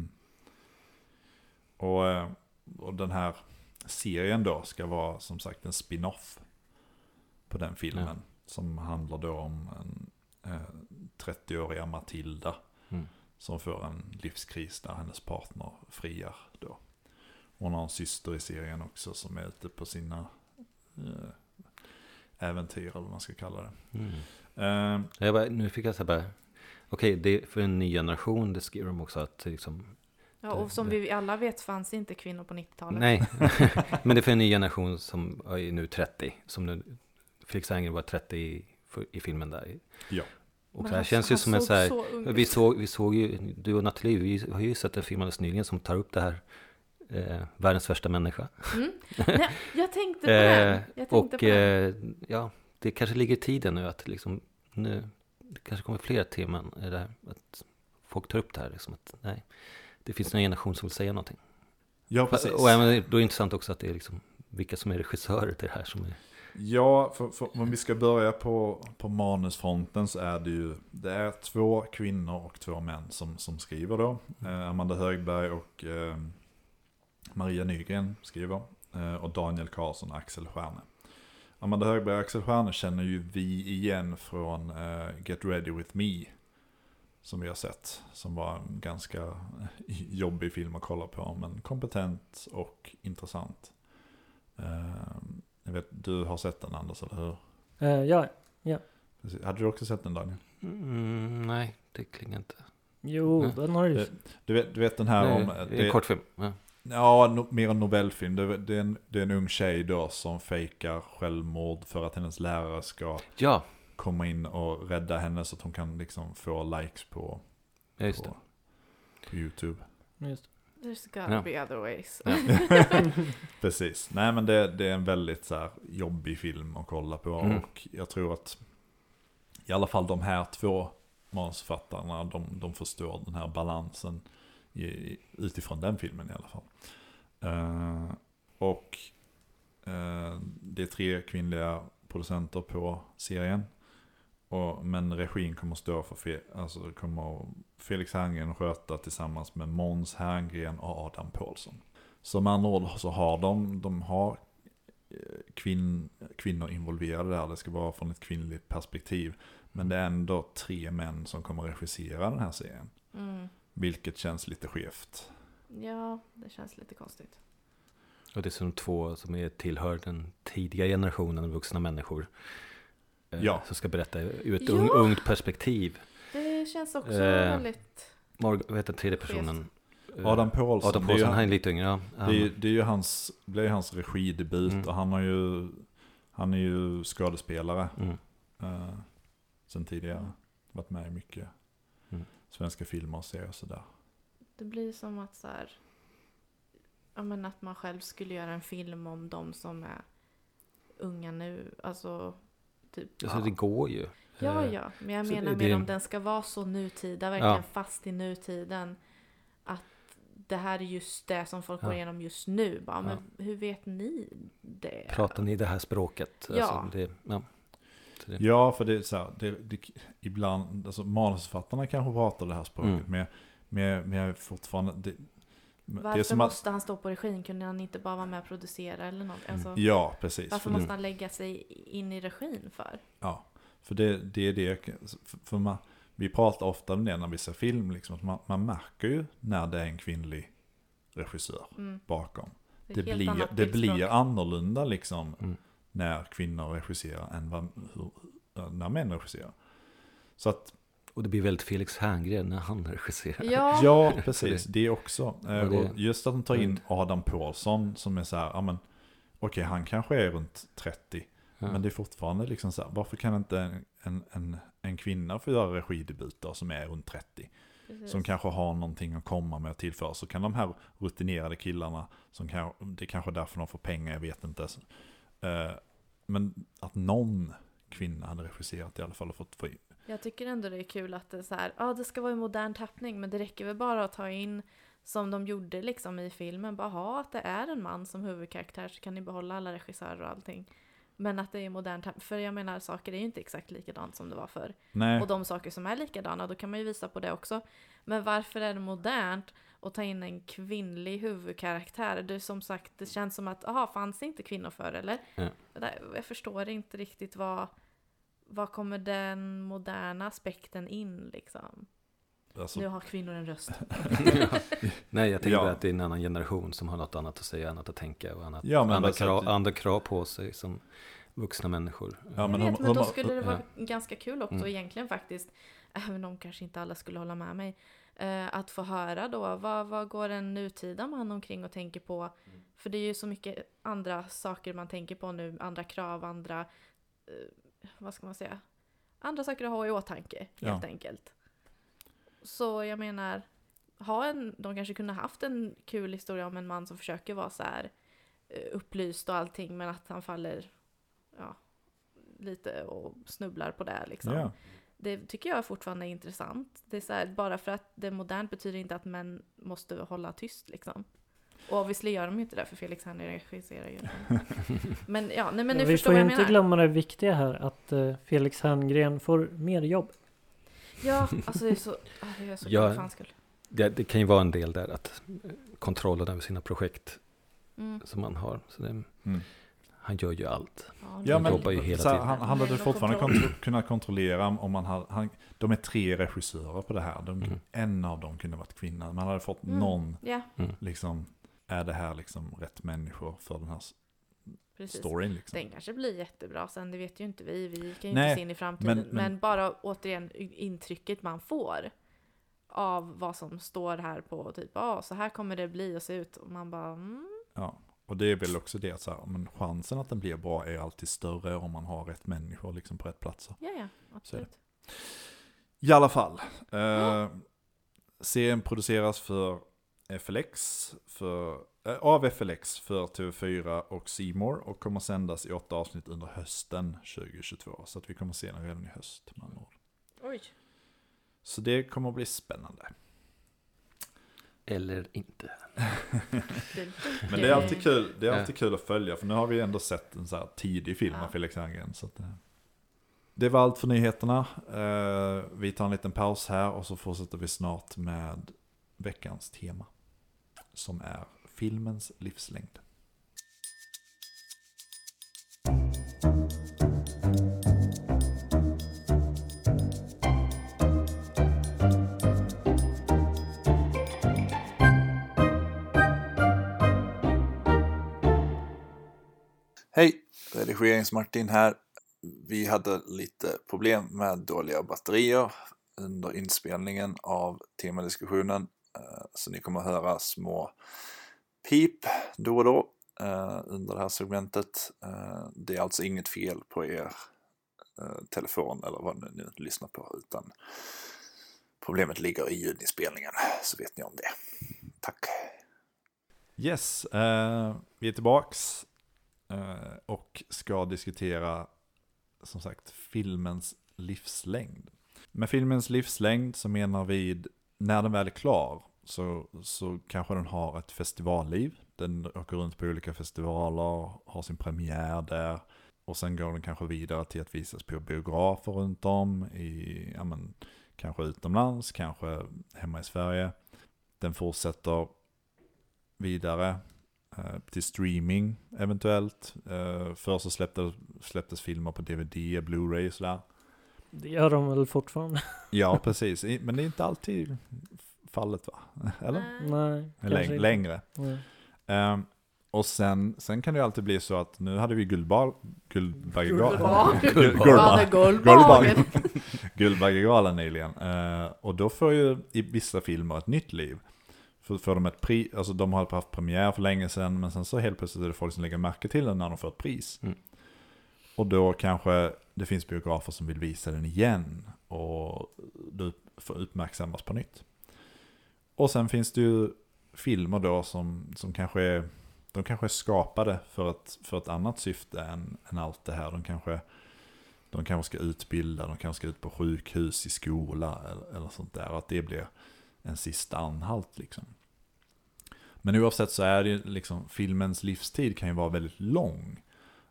Och den här serien då ska vara som sagt en spin-off på den filmen som handlar då om en 30-åriga Matilda som får en livskris när hennes partner friar då. Hon har en syster i serien också som är ute på sina äventyr eller vad man ska kalla det. Nu fick jag säga okej, det är för en ny generation, det skriver de också att liksom... Ja, och som vi alla vet fanns inte kvinnor på 90-talet. Nej, men det är för en ny generation som är nu 30, som nu Felix Herngren var 30 i filmen där. Ja. Och det här känns ju som en så här, vi såg ju, du och Nathalie, vi har ju sett en film alldeles nyligen som tar upp det här världens värsta människa. Nej, jag tänkte på den. Ja, det kanske ligger i tiden nu att liksom, nu, det kanske kommer fler teman i det här, att folk tar upp det här liksom, att nej, det finns en generation som vill säga någonting. Ja, precis. Och då är det intressant också att det är liksom vilka som är regissörer till det här som är... Ja, för om vi ska börja på manusfronten så är det är 2 kvinnor och 2 män som skriver då. Amanda Högberg och Maria Nygren skriver. Och Daniel Karlsson och Axel Stjärne. Amanda Högberg och Axel Stjärne känner ju vi igen från Get Ready With Me. Som vi har sett. Som var en ganska jobbig film att kolla på. Men kompetent och intressant. Jag vet, du har sett den, Anders, eller hur? Ja. Hade du också sett den, Daniel? Nej, Det klingar inte. Jo, den har ju... Du vet den här om... Det är en kortfilm. Ja, mer en novellfilm. Det är en ung tjej då som fejkar självmord för att hennes lärare ska komma in och rädda henne så att hon kan liksom få likes på YouTube. Just. There's gotta be other ways. Precis. Nej, men det är en väldigt så här jobbig film att kolla på. Och jag tror att i alla fall de här två manusförfattarna, de förstår den här balansen utifrån den filmen i alla fall. Det är 3 kvinnliga producenter på serien. Men regin kommer stå för kommer Felix Herngren sköta tillsammans med Måns Herngren och Adam Pålsson. Så med andra ord så har de har kvinnor involverade där. Det ska vara från ett kvinnligt perspektiv. Men det är ändå 3 män som kommer regissera den här serien. Vilket känns lite skevt. Ja, det känns lite konstigt. Och det är som 2 som tillhör den tidiga generationen av vuxna människor. Som ska berätta ur ett ungt perspektiv. Det känns också väldigt... Vad heter den tredje personen? Adam Pålsson, han är lite yngre. Det är ju hans regidebut och han är ju skådespelare sen tidigare. Varit med i mycket svenska filmer och serier och sådär. Det blir som att så här, att man själv skulle göra en film om de som är unga nu. Alltså, typ, alltså det går ju. Ja. Men jag menar mer om den ska vara så nutida, verkligen fast i nutiden. Att det här är just det som folk går igenom just nu. Bara, men hur vet ni det? Pratar ni det här språket? Ja. Alltså, Ja, för det är så här, ibland, alltså manusförfattarna kanske pratar det här språket med fortfarande... Varför måste han stå på regin? Kunde han inte bara vara med och producera eller något? Alltså, ja, precis. Varför måste han lägga sig in i regin för? Ja, för det är det. För vi pratar ofta om det när vi ser film. Liksom, att man märker ju när det är en kvinnlig regissör bakom. Det blir annorlunda liksom när kvinnor regisserar än när män regisserar. Så att... Och det blir väldigt Felix Herngren när han regisserar. Ja, precis. Det också. Och just att de tar in Adam Pålsson som är så här, okej, han kanske är runt 30. Men det är fortfarande liksom så här, varför kan inte en kvinna få göra regidebuter som är runt 30? Precis. Som kanske har någonting att komma med och tillföra. Så kan de här rutinerade killarna, det är kanske därför de får pengar, jag vet inte. Men att någon kvinna hade regisserat i alla fall och fått få in. Jag tycker ändå det är kul att det är så här, det ska vara en modern tappning, men det räcker väl bara att ta in som de gjorde liksom i filmen, bara att det är en man som huvudkaraktär, så kan ni behålla alla regissörer och allting. Men att det är modern tappning, för jag menar, saker är ju inte exakt likadant som det var förr. Nej. Och de saker som är likadana, då kan man ju visa på det också. Men varför är det modernt att ta in en kvinnlig huvudkaraktär? Det är som sagt, det känns som att, fanns det inte kvinnor förr, eller? Ja. Jag förstår inte riktigt vad kommer den moderna aspekten in liksom? Alltså, nu har kvinnor en röst. Nej, jag tänkte att det är en annan generation som har något annat att säga, annat att tänka och andra krav på sig som vuxna människor. Ja, men då skulle det vara ganska kul också egentligen faktiskt, även om kanske inte alla skulle hålla med mig, att få höra då, vad går en nutida man omkring och tänker på? För det är ju så mycket andra saker man tänker på nu, andra krav, andra vad ska man säga? Andra saker att ha i åtanke, helt enkelt. Så jag menar, de kanske kunde haft en kul historia om en man som försöker vara så här upplyst och allting, men att han faller lite och snubblar på det liksom. Yeah. Det tycker jag fortfarande är intressant. Det är så här, bara för att det är modernt betyder inte att män måste hålla tyst liksom. Och obviously gör de inte det, för Felix Herngren regisserar ju. Men ni vi förstår får vad ju inte glömma det viktiga här, att Felix Herngren får mer jobb. Ja, alltså det är så kul, fan skull. Det kan ju vara en del där, att kontrollen över sina projekt som man har. Så han gör ju allt. Han jobbar ju hela tiden. Han hade fortfarande kunnat kontrollera om de är 3 regissörer på det här. En av dem kunde varit kvinna. Man hade fått någon liksom, är det här liksom rätt människor för den här storyn. Liksom. Den kanske blir jättebra sen, det vet ju inte vi. Vi kan ju inte se in i framtiden. Men bara återigen intrycket man får av vad som står här på typ, så här kommer det bli och se ut. Och man bara, Ja, och det är väl också det så här, men chansen att den blir bra är alltid större om man har rätt människor liksom på rätt platser. Ja, absolut. I alla fall. Serien produceras för FLX, av FLX för TV4 och C More och kommer sändas i 8 avsnitt under hösten 2022. Så att vi kommer se den redan i höst. Oj. Så det kommer att bli spännande. Eller inte. Men det är alltid kul. Det är alltid kul att följa. För nu har vi ändå sett en så här tidig film av Felix Herngren. Så att, det var allt för nyheterna. Vi tar en liten paus här och så fortsätter vi snart med veckans tema. Som är filmens livslängd. Hej, Redigeringsmartin här. Vi hade lite problem med dåliga batterier under inspelningen av temadiskussionen. Så ni kommer att höra små pip då och då under det här segmentet. Det är alltså inget fel på er telefon eller vad ni nu lyssnar på, utan problemet ligger i ljudinspelningen, så vet ni om det. Tack. Yes, vi är tillbaks och ska diskutera som sagt filmens livslängd. Med filmens livslängd så menar vi när den väl är klar så kanske den har ett festivalliv. Den åker runt på olika festivaler, har sin premiär där. Och sen går den kanske vidare till att visas på biografer runt om. Kanske utomlands, kanske hemma i Sverige. Den fortsätter vidare till streaming eventuellt. Förr så släpptes filmer på DVD, Blu-ray och sådär. Det gör de väl fortfarande? Ja, precis. Men det är inte alltid fallet, va? Eller? Nej. Längre. Och sen kan det ju alltid bli så att nu hade vi Guldbaggegalan nyligen. Och då får ju i vissa filmer ett nytt liv. Får de ett pris, alltså de har haft premiär för länge sedan, men sen så helt plötsligt är det folk som lägger märke till den när de får ett pris. Och då kanske det finns biografer som vill visa den igen och då får uppmärksammas på nytt. Och sen finns det ju filmer då som kanske är skapade för ett annat syfte än allt det här. De kanske ska utbilda, de kanske ska ut på sjukhus, i skola eller sånt där. Och att det blir en sista anhalt liksom. Men oavsett så är det liksom, filmens livstid kan ju vara väldigt lång.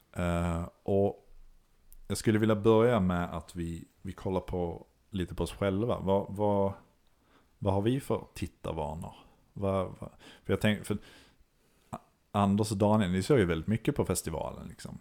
Och jag skulle vilja börja med att vi kollar lite på oss själva. Vad har vi för tittarvanor? För jag tänker, för Anders och Daniel, ni såg ju väldigt mycket på festivalen liksom.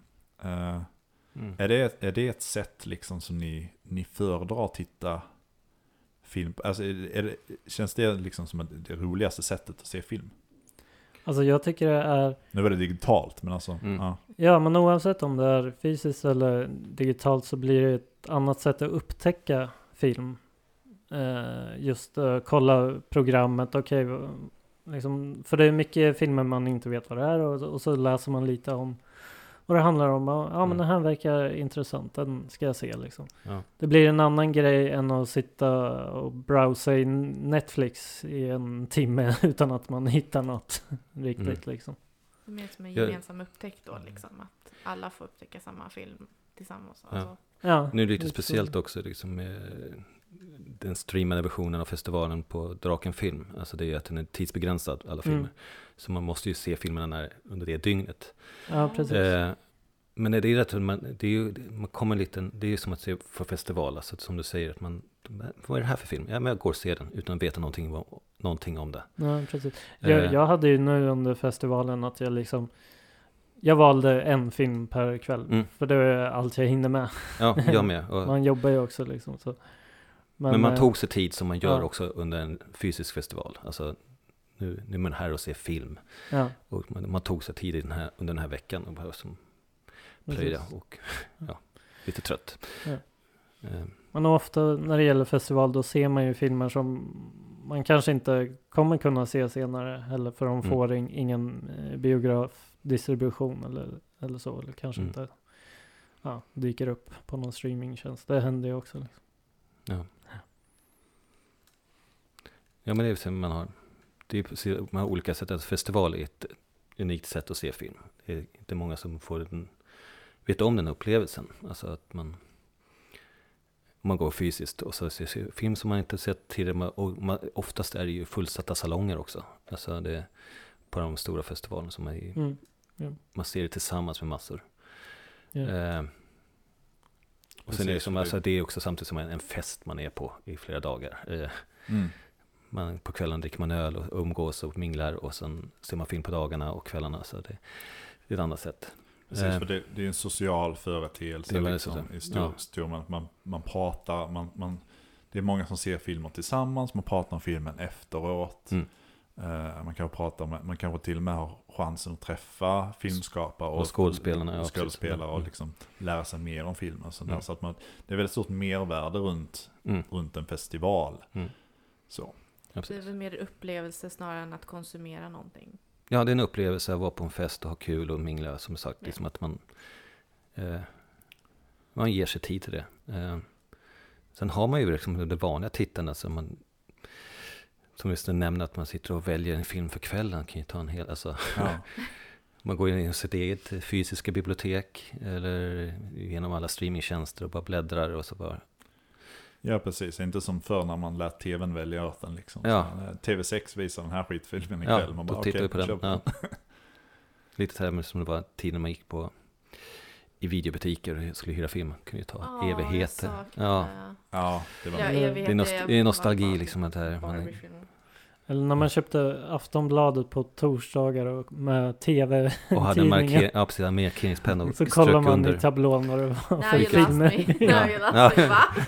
Är det ett sätt liksom som ni föredrar att titta film? Alltså känns det liksom som det roligaste sättet att se film? Alltså jag tycker det är... Nu var det digitalt, men alltså... Ja, men oavsett om det är fysiskt eller digitalt så blir det ett annat sätt att upptäcka film. Just kolla programmet, liksom, för det är mycket filmer man inte vet vad det är och så läser man lite om vad det handlar om. Men den här verkar intressant, den ska jag se liksom. Ja. Det blir en annan grej än att sitta och browsa i Netflix i en timme utan att man hittar något riktigt liksom. Det är mer som en gemensam upptäckt då liksom, att alla får upptäcka samma film tillsammans. Ja. Alltså. Ja, nu är det lite speciellt också liksom, med den streamade versionen av festivalen på Draken Film. Alltså det är att den är tidsbegränsad, alla filmer. Så man måste ju se filmerna under det dygnet. Ja, precis. Men det är rätt, man kommer lite, det är ju som att se för festival, alltså som du säger, att vad är det här för film? Ja, men jag går och ser den utan att veta någonting om det. Ja, precis. Jag hade ju nu under festivalen att jag valde en film per kväll. För det är allt jag hinner med. Ja, jag med. Man jobbar ju också liksom. Så. Men man tog sig tid som man gör också under en fysisk festival. Alltså nu är man här och ser film. Ja. Och man tog sig tid under den här veckan och bara plöjda och lite trött. Ja. Men ofta när det gäller festival då ser man ju filmer som man kanske inte kommer kunna se senare heller, för de får ingen biografdistribution eller så, eller kanske inte dyker upp på någon streamingtjänst. Det händer ju också. Liksom. Ja, men det är så man har. Man har olika sätt. Alltså festival är ett unikt sätt att se film. Det är inte många som vet om den upplevelsen. Alltså att man går fysiskt och så ser film som man inte sett tidigare. Och oftast är det ju fullsatta salonger också. Alltså det är på de stora festivalerna som man ser det tillsammans med massor. Yeah. Och sen är det som, alltså, det är också samtidigt som en fest man är på i flera dagar. På kvällen dricker man öl och umgås och minglar, och sen ser man film på dagarna och kvällarna, så det är ett annat sätt. Precis, för det är en social företeelse liksom, i stor man pratar, det är många som ser filmer tillsammans, man pratar om filmen efteråt. Man kanske till och med har chansen att träffa filmskapare och skådespelare och liksom lära sig mer om filmen. Så att det är väldigt stort mervärde runt en festival. Så. Det är väl mer upplevelse snarare än att konsumera någonting. Ja, det är en upplevelse att vara på en fest och ha kul och mingla, som sagt. Liksom att man ger sig tid till det. Sen har man ju liksom det vanliga tittarna som just nämner, att man sitter och väljer en film för kvällen. Kan ju ta en hel, alltså, man går in i sitt eget fysiska bibliotek eller genom alla streamingtjänster och bara bläddrar och så bara. Ja, precis. Inte som förr när man lät tvn välja åt den liksom. Ja. TV6 visar den här skitfilmen ikväll. Man bara, då tittar vi på den. Ja. Lite så här som det var tiden man gick på i videobutiker och skulle hyra film. Kunde ju ta evigheter. Ja, det var det är nostalgi liksom. Att eller när man köpte Aftonbladet på torsdagar och med tv och hade en markeringspennor. Så kollar man i tablån vad det var för filmer.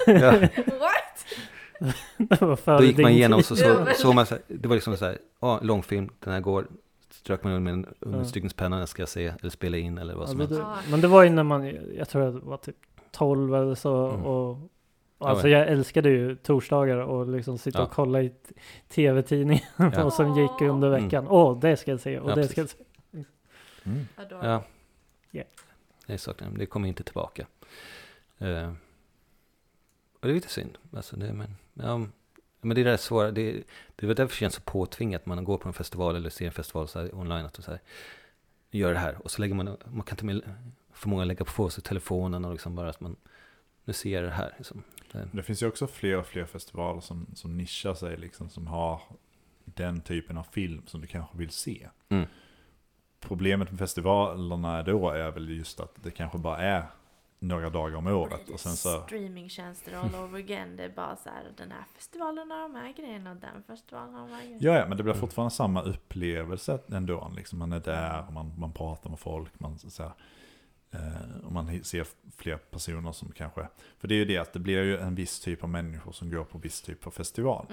What? Då gick man igenom så man, det var liksom så här, långfilm, den här går, strök man med en understrykningspenna, jag ska se eller spela in eller vad som helst. Men det var ju när man, jag tror att det var typ 12 eller så, och alltså jag älskade ju torsdagar och liksom sitta och kolla i tv-tidningen och som gick under veckan. Det ska jag se och det ska jag se. Det kommer inte tillbaka. Och det är lite synd. Alltså men det är det svåra. Det är väl därför det känns så påtvingat. Man går på en festival eller ser en festival så här, online och så här, gör det här. Och så lägger man kan inte med, för många lägga på sig telefonen och liksom bara att man nu ser det här. Liksom. Det finns ju också fler och fler festivaler som nischar sig liksom, som har den typen av film som du kanske vill se. Problemet med festivalerna då är väl just att det kanske bara är några dagar om året. Och sen så streamingtjänster all over again. Det är bara så här, den här festivalen har de här grejerna och den festivalen har de här grejerna. Ja, men det blir fortfarande samma upplevelse ändå. Liksom. Man är där, man pratar med folk, och man ser fler personer som kanske. För det är ju det att det blir ju en viss typ av människor som går på viss typ av festival.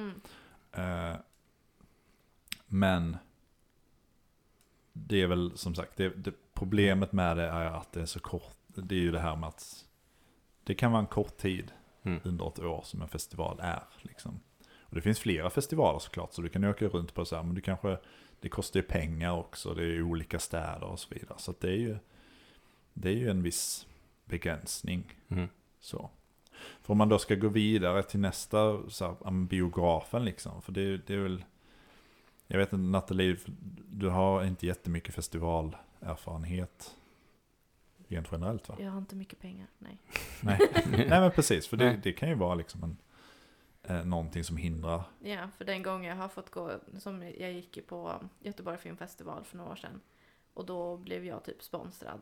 Men det är väl som sagt, det problemet med det är att det är så kort. Det är ju det här med att det kan vara en kort tid under ett år som en festival är. Liksom. Och det finns flera festivaler såklart, så du kan åka runt på så här, men det kostar ju pengar också. Det är ju olika städer och så vidare. Så att det är ju en viss begränsning. Så. För om man då ska gå vidare till nästa så här, biografen liksom. För det är väl, jag vet inte, Nathalie, du har inte jättemycket festivalerfarenhet rent generellt, va? Jag har inte mycket pengar, nej. Nej men precis, för det kan ju vara liksom någonting som hindrar. Ja, för den gången jag har fått gå, som jag gick på Göteborg Filmfestival för några år sedan, och då blev jag typ sponsrad.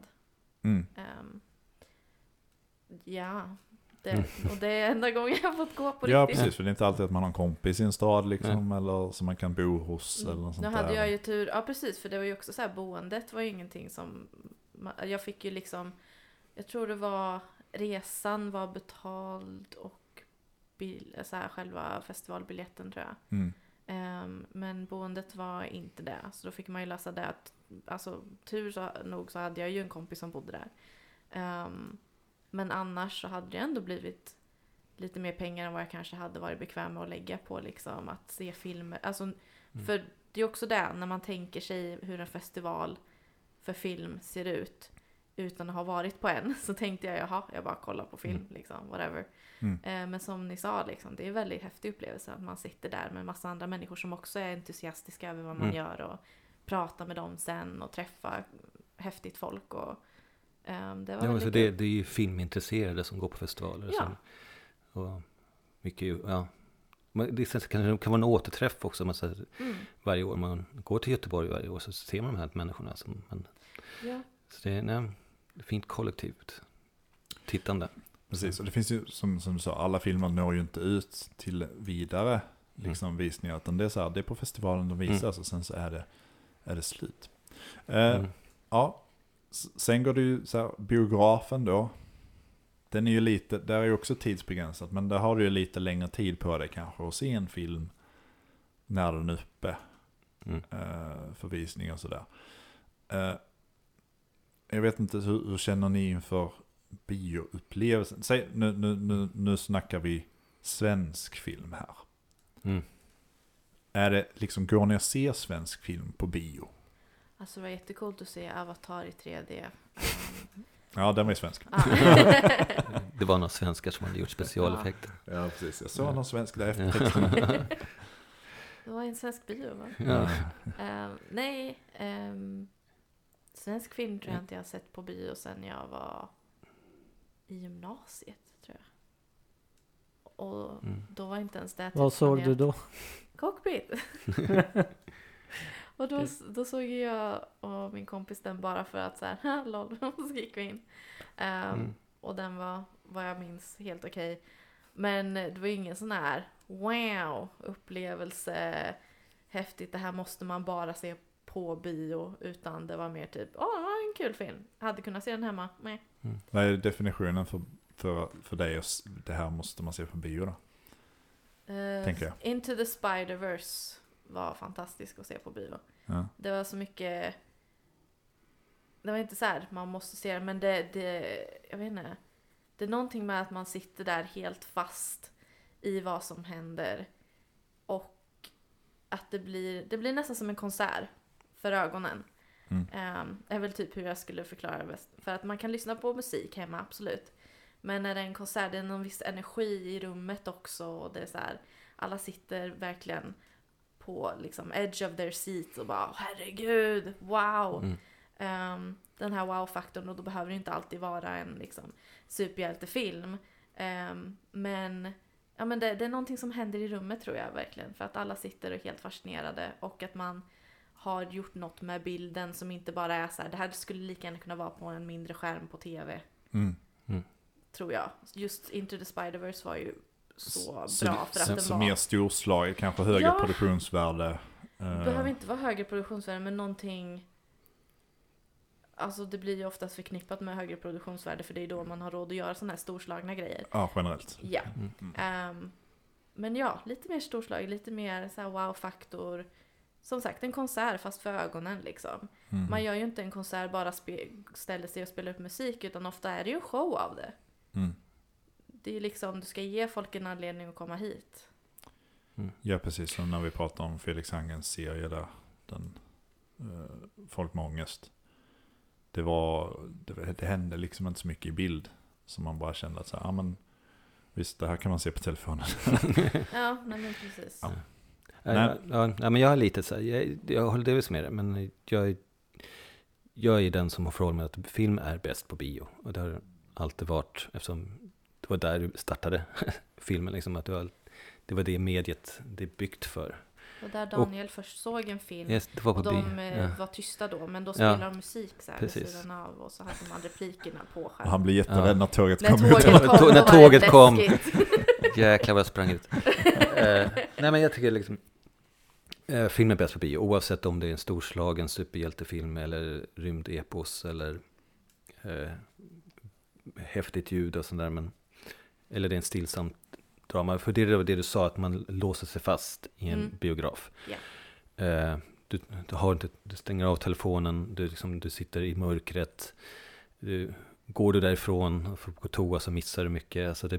Och det är enda gången jag har fått gå på riktigt. Ja, precis, för det är inte alltid att man har en kompis i en stad liksom, eller som man kan bo hos eller något sånt där. Nu hade jag ju tur, ja precis, för det var ju också så här, boendet var ju ingenting som, jag fick ju liksom, jag tror det var, resan var betald och så här, själva festivalbiljetten tror jag. Men boendet var inte det, så då fick man ju lösa det att, alltså tur nog så hade jag ju en kompis som bodde där. Men annars så hade det ändå blivit lite mer pengar än vad jag kanske hade varit bekväm med att lägga på liksom att se filmer. Alltså, för det är också det, när man tänker sig hur en festival för film ser ut utan att ha varit på en, så tänkte jag bara kollar på film, liksom, whatever. Men som ni sa, liksom, det är en väldigt häftig upplevelse att man sitter där med en massa andra människor som också är entusiastiska över vad man gör och pratar med dem sen och träffa häftigt folk. Och det var alltså det är ju filmintresserade som går på festivaler. Ja. Och mycket, ja. Det kan vara en återträff också. Varje år man går till Göteborg varje år så ser man de här människorna. Så det är ett fint kollektivt tittande. Precis, och det finns ju som du sa, alla filmer når ju inte ut till vidare liksom, visningar. Utan det är så här, det är på festivalen de visas och sen så är det slut. Ja, sen går det ju så här, biografen då. Den är ju lite, där är ju också tidsbegränsat, men där har du ju lite längre tid på dig kanske att se en film när den är uppe för visning och sådär. Jag vet inte, hur känner ni inför bioupplevelsen? Säg, nu snackar vi svensk film här. Är det liksom, går ni att se svensk film på bio? Alltså det var jättekult att se Avatar i 3D. Ja, den var ju svensk. Det var några svenskar som hade gjort specialeffekter. Ja, precis. Jag såg någon svensk där efter texten. Det var en svensk bio, va? Nej, svensk film tror jag inte jag har sett på bio sen jag var i gymnasiet, tror jag. Och då var inte ens det. Vad såg du då? Cockpit. Och då såg jag och min kompis den bara för att så här, lol, så gick vi in. Och den var, vad jag minns, helt okej. Men det var ingen sån här wow upplevelse, häftigt, det här måste man bara se på bio, utan det var mer typ, det var en kul film. Hade kunnat se den hemma. Nej. Vad är definitionen för dig? Det här måste man se på bio då? Tänker jag. Into the Spider-Verse var fantastisk att se på bio. Ja. Det var så mycket, det var inte så här man måste se det, men det jag vet inte, det är någonting med att man sitter där helt fast i vad som händer och att det blir nästan som en konsert för ögonen. Är väl typ hur jag skulle förklara det bäst. För att man kan lyssna på musik hemma, absolut. Men när det är en konsert, det är någon viss energi i rummet också. Och det är så här, alla sitter verkligen på liksom edge of their seat och bara, herregud, wow. Den här wow-faktorn, och då behöver det inte alltid vara en liksom superhjältefilm. Men det är någonting som händer i rummet, tror jag verkligen. För att alla sitter och är helt fascinerade, och att man har gjort något med bilden som inte bara är så här, det här skulle lika gärna kunna vara på en mindre skärm på tv. Tror jag. Just Into the Spider-Verse var ju så bra. För att det var mer storslaget, kanske högre produktionsvärde. Det behöver inte vara högre produktionsvärde, men någonting. Alltså det blir ju oftast förknippat med högre produktionsvärde, för det är då man har råd att göra sådana här storslagna grejer. Ja, generellt. Ja. Men ja, lite mer storslag, lite mer så här wow-faktor. Som sagt, en konsert fast för ögonen liksom. Man gör ju inte en konsert bara ställer sig och spelar upp musik, utan ofta är det ju en show av det. Det är ju liksom, du ska ge folk en anledning att komma hit. Ja, precis som när vi pratar om Felix Hangens serie där, den Folk med ångest. Det hände liksom inte så mycket i bild, som man bara kände att så här, men visst, det här kan man se på telefonen. Ja, nej, men precis. Ja. Men jag har lite så här, jag håller delvis med det, men jag är den som har frågat mig att film är bäst på bio, och det har alltid varit, eftersom det var där du startade filmen liksom, att det var det mediet det är byggt för. Och där Daniel först såg en film, det var på och de var tysta då, men då spelade de musik så här vid sidan av, och så hade man replikerna på skärmen. Och han blev jätterädd när tåget kom ut. När tåget kom. Jäklar vad jag sprang ut. Nej, men jag tycker liksom film är bäst på bio, oavsett om det är en storslagen superhjältefilm eller rymdepos eller häftigt ljud och sånt där, men eller det är en stillsamt drama. För det är det du sa, att man låser sig fast i en biograf. Yeah. Du stänger av telefonen, du sitter i mörkret, går du därifrån och får gå toa så missar du mycket. Alltså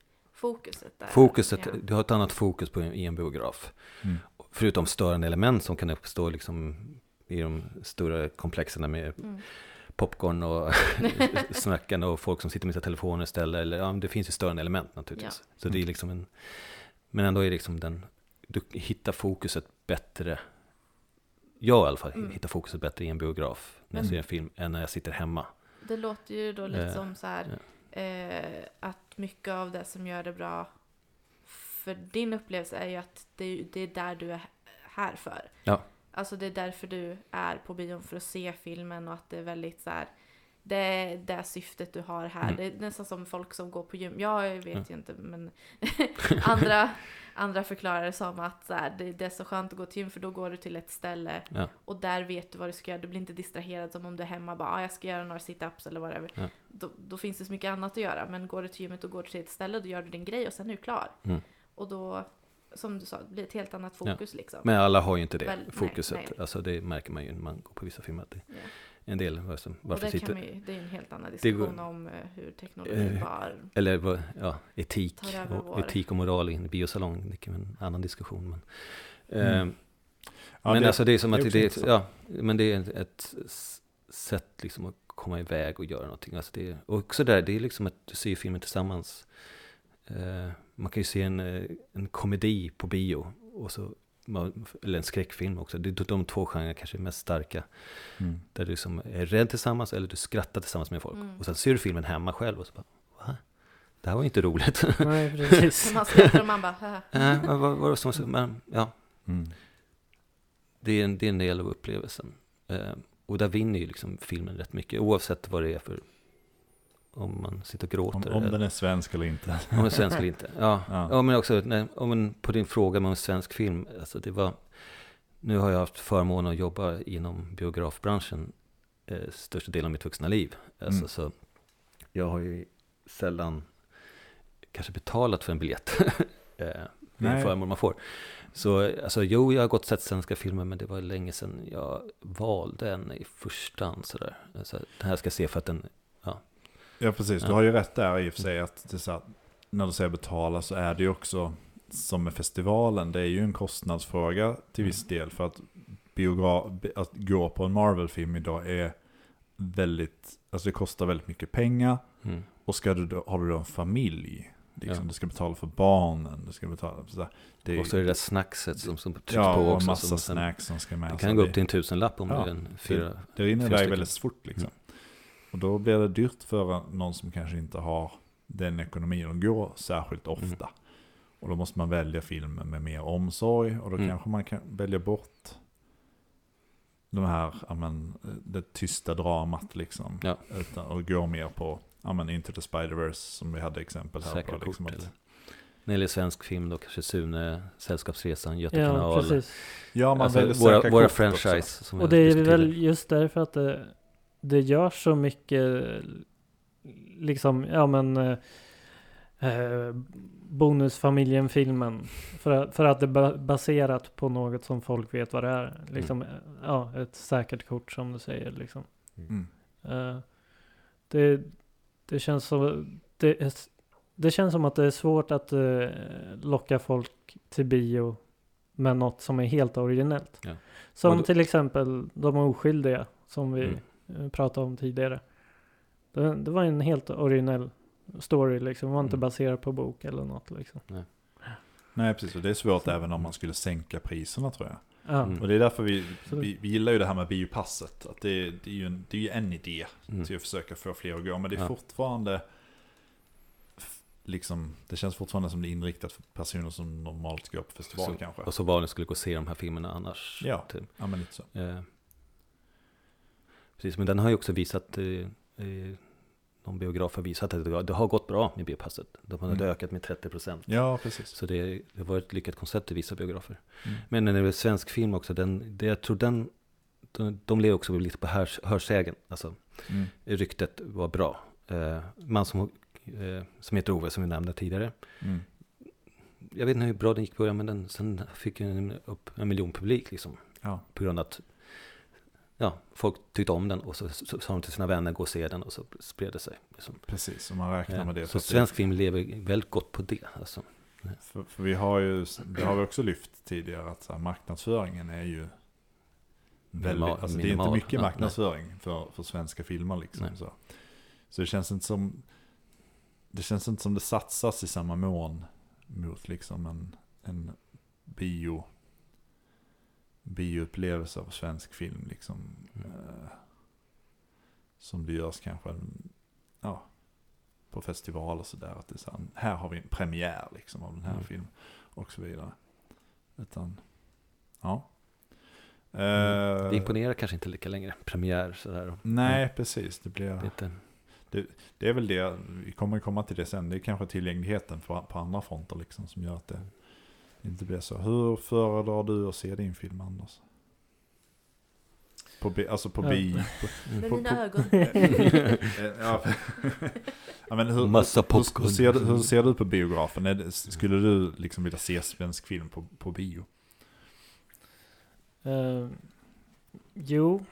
Fokuset där. Du har ett annat fokus i en biograf. Förutom störande element som kan uppstå liksom i de stora komplexerna med popcorn och snacken och folk som sitter med sina telefoner istället. Eller, det finns ju störande element naturligtvis. Ja. Så det är liksom men ändå är det liksom du hittar fokuset bättre. Jag i alla fall hittar fokuset bättre i en biograf när jag ser en film än när jag sitter hemma. Det låter ju då lite som så här att mycket av det som gör det bra för din upplevelse är ju att det är där du är här för. Ja. Alltså det är därför du är på bion, för att se filmen, och att det är väldigt så här, det är det syftet du har här. Det är nästan som folk som går på gym. Jag vet ju inte, men andra förklarar det som att så här, det är så skönt att gå till gym, för då går du till ett ställe och där vet du vad du ska göra. Du blir inte distraherad som om du är hemma bara, jag ska göra några sit-ups eller whatever. Ja. Då finns det så mycket annat att göra. Men går du till gymmet och går till ett ställe, då gör du din grej och sen är du klar. Och då, som du sa, det blir ett helt annat fokus liksom. Men alla har ju inte det fokuset. Nej. Alltså det märker man ju när man går på vissa filmer. En del varför det är en helt annan diskussion om hur teknologi var. Eller etik och moral i en biosalong. Det är en annan diskussion. Men alltså det är som att men det är ett sätt liksom att komma iväg och göra någonting. Alltså det är också där, det är liksom att du ser filmen tillsammans. Man kan ju se en komedi på bio och så, eller en skräckfilm också. Det är de två genrer kanske är mest starka. Där du liksom är rädd tillsammans eller du skrattar tillsammans med folk. Och sen ser du filmen hemma själv och så bara, va? Det här var inte roligt. Nej, precis. Man skrattar och man bara, vad det som ja. Det är en del av upplevelsen. Och där vinner ju liksom filmen rätt mycket, oavsett vad det är för, om man sitter och gråter. Om den är svensk eller inte. Om den är svensk eller inte, ja. Men också, på din fråga med en svensk film, alltså nu har jag haft förmånen att jobba inom biografbranschen största delen av mitt vuxna liv. Alltså, så jag har ju sällan kanske betalat för en biljett. Det är en förmån man får. Så alltså, jag har gått och sett svenska filmer, men det var länge sedan jag valde en i första hand. Sådär. Alltså, den här ska jag se för att den, Ja, precis. Du har ju rätt där i och för sig att det är så att när du säger betala så är det ju också som med festivalen. Det är ju en kostnadsfråga till viss del, för att att gå på en Marvel-film idag är väldigt, alltså det kostar väldigt mycket pengar. Och har du då en familj, liksom, du ska betala för barnen, du ska betala och så är det där snackset som trycks på och också, massa snacks som ska med. Det kan gå upp till 1000-lapp om det är en det rinner iväg väldigt fort liksom. Och då blir det dyrt för någon som kanske inte har den ekonomin att gå särskilt ofta. Och då måste man välja filmer med mer omsorg. Och då kanske man kan välja bort de här, det tysta dramat liksom. Ja. Och gå mer på Into the Spider-Verse som vi hade exempel här Säkert på. Liksom, när det gäller svensk film då kanske Sune, Sällskapsresan, Göta kanal. Precis. Ja, man alltså, väljer våra franchise. Och det är väl just därför att det gör så mycket liksom, Bonusfamiljen-filmen för att det är baserat på något som folk vet vad det är. Liksom, ett säkert kort som du säger. Liksom. Det känns som det känns som att det är svårt att locka folk till bio med något som är helt originellt. Ja. Som till exempel De oskyldiga som vi pratade om tidigare. Det var en helt originell story liksom. Det var inte baserat på bok eller något liksom. Nej, precis. Och det är svårt även om man skulle sänka priserna, tror jag. Och det är därför vi gillar ju det här med biopasset. Att det är ju en idé till att försöka få fler att gå. Men det är fortfarande liksom, det känns fortfarande som det är inriktat för personer som normalt går på festival kanske. Och så vanligt skulle gå och se de här filmerna annars. Ja, men lite så. Precis, men den har ju också visat, de biografer har visat att det har gått bra med biopasset. De har ökat med 30%. Ja, precis. Så det var ett lyckat koncept i vissa biografer. Men när det är svensk film också, jag tror de lever också lite på hörsägen. Alltså, ryktet var bra. Man som heter Ove, som vi nämnde tidigare. Jag vet inte hur bra den gick i början, men sen fick den upp 1 miljon publik liksom. På grund av att folk tyckte om den och så sa de till sina vänner gå och se den och så spred det sig. Liksom. Precis, och man räknar med det. Så svensk film lever väldigt gott på det. Alltså. För vi har ju, det har vi också lyft tidigare, att så här, marknadsföringen är ju väldigt, alltså det är inte mycket marknadsföring för svenska filmer liksom. Så det känns inte som det satsas i samma mån mot liksom en bioupplevelse av svensk film liksom, som det görs kanske på festival och sådär, att det är så här har vi en premiär liksom av den här filmen och så vidare. Utan det imponerar kanske inte lika längre premiär sådär. Nej, precis, det är väl det, vi kommer komma till det sen, det är kanske tillgängligheten på andra fronter liksom som gör att det inte blir så. Hur föredrar du att se din film, Anders? Med mina ögon. Hur ser du på biografen? Skulle du liksom vilja se svensk film på bio? Jo.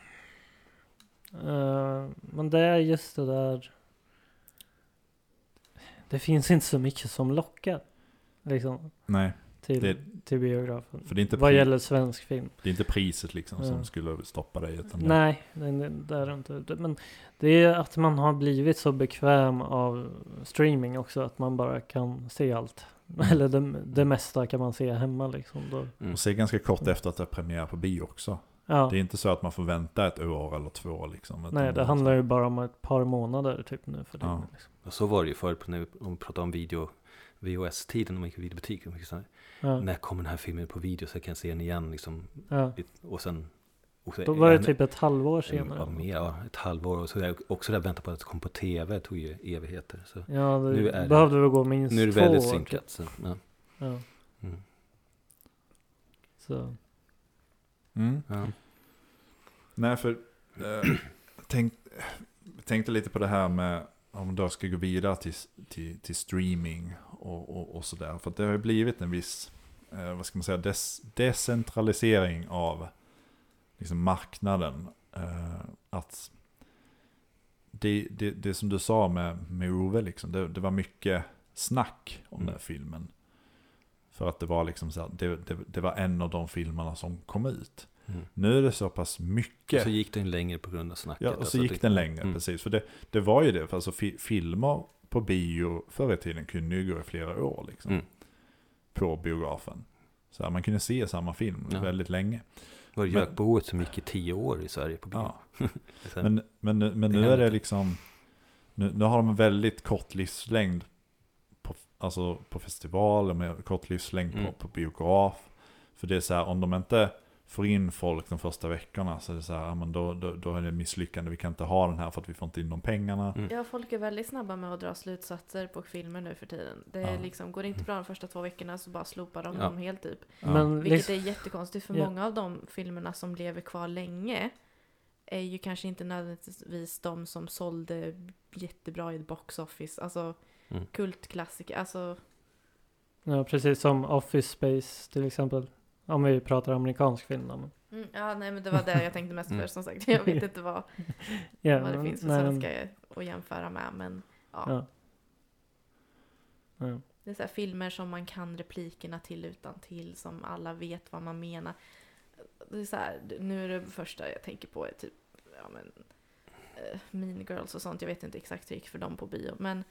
Men det är just det där. Det finns inte så mycket som lockar. Liksom. Nej. Till biografen. För det är inte vad gäller svensk film. Det är inte priset liksom som skulle stoppa dig. Nej, det är inte. Men det är att man har blivit så bekväm av streaming också att man bara kan se allt. Eller det mesta kan man se hemma liksom. Då. Och se ganska kort efter att det är premiär på bio också. Ja. Det är inte så att man får vänta ett år eller 2 liksom. Nej, det handlar ju bara om ett par månader typ nu för det. Liksom. Och så var det ju förut när vi pratade om VHS-tiden, om man gick i videobutik. När kommer den här filmen på video så jag kan se den igen liksom. Och sen då var det typ ett halvår senare. Ett halvår. Och så där, också där vänta på att det kom på tv tog ju evigheter. Så det behövde väl gå minst 2 år. Nu är det väldigt synkat. Så, Så. Nej, för tänkte lite på det här med om man då ska gå vidare till streaming och sådär. För att det har ju blivit en viss vad ska man säga, decentralisering av liksom marknaden. Att det som du sa med Ove liksom, det var mycket snack om den här filmen. För att det var liksom så här, det var en av de filmerna som kom ut. Nu är det så pass mycket. Och så gick den längre på grund av snacket. Ja, och så gick den längre, precis. För det var ju det. För alltså filmer på bio förr i tiden kunde ju gå i flera år liksom. På biografen. Så här, man kunde se samma film väldigt länge. Det var Jökboet som gick i 10 år i Sverige på bio. Ja. men nu är det liksom, nu har de en väldigt kort livslängd på festival, med kort livslängd på biograf. För det är så här, om de inte får in folk de första veckorna så är det så här, men då är det misslyckande. Vi kan inte ha den här för att vi får inte in de pengarna. Ja, folk är väldigt snabba med att dra slutsatser på filmer nu för tiden. Det är liksom, går det inte bra de första 2 veckorna så bara slopar de dem helt typ. Vilket är jättekonstigt för många av de filmerna som lever kvar länge är ju kanske inte nödvändigtvis de som sålde jättebra i box office. Alltså kultklassiker. Alltså... Ja, precis som Office Space till exempel. Om vi pratar amerikansk film då. Men det var det jag tänkte mest för som sagt. Jag vet inte vad det finns för svenska att jämföra med. Men det är så här filmer som man kan replikerna till utan till, som alla vet vad man menar. Det är så här, nu är det första jag tänker på är typ Mean Girls och sånt. Jag vet inte exakt hur det gick för dem på bio. Men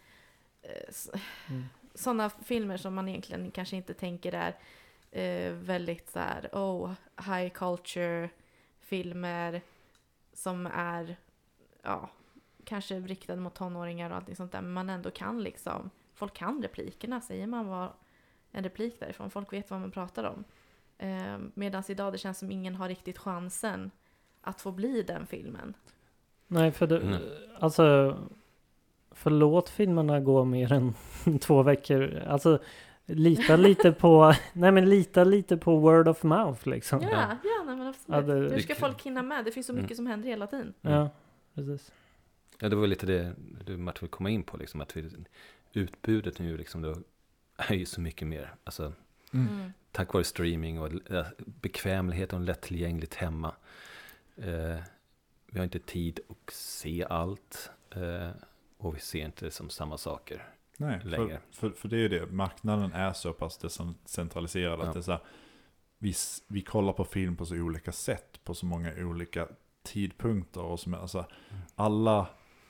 sådana filmer som man egentligen kanske inte tänker är väldigt så här, high culture filmer som är kanske riktade mot tonåringar och allting sånt där, men man ändå kan liksom, folk kan replikerna, säger man vad en replik därifrån, folk vet vad man pratar om. Medan idag det känns som ingen har riktigt chansen att få bli den filmen. Nej, för alltså förlåt, filmerna går mer än 2 veckor. Alltså lita lite på word of mouth liksom. Ja, men absolut. Hur ska folk hinna med? Det finns så mycket som händer hela tiden. Ja, precis. Ja, det var lite det du Martin vill komma in på liksom, att utbudet nu liksom då är ju så mycket mer, alltså tack vare streaming och bekvämlighet och lättillgängligt hemma. vi har inte tid att se allt. Och vi ser inte det som samma saker. Nej, för det är ju det. Marknaden är så pass decentraliserad att det är så här, vi kollar på film på så olika sätt, på så många olika tidpunkter och som alltså alla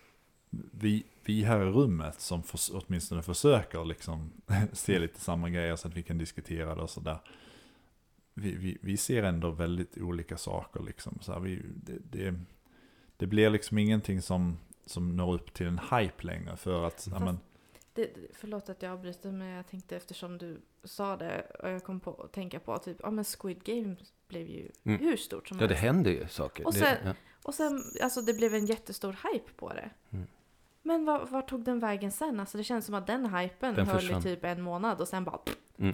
vi här i rummet som åtminstone försöker liksom se lite samma grejer så att vi kan diskutera det och sådär. Vi ser ändå väldigt olika saker liksom. Så här, det blir liksom ingenting som når upp till en hype längre för att förlåt att jag avbryter, men jag tänkte eftersom du sa det och jag kom på att tänka på typ, men Squid Game blev ju hur stort som helst. Ja, det händer ju saker. Och sen alltså det blev en jättestor hype på det. Men var tog den vägen sen? Alltså det känns som att den hypen höll i typ en månad och sen bara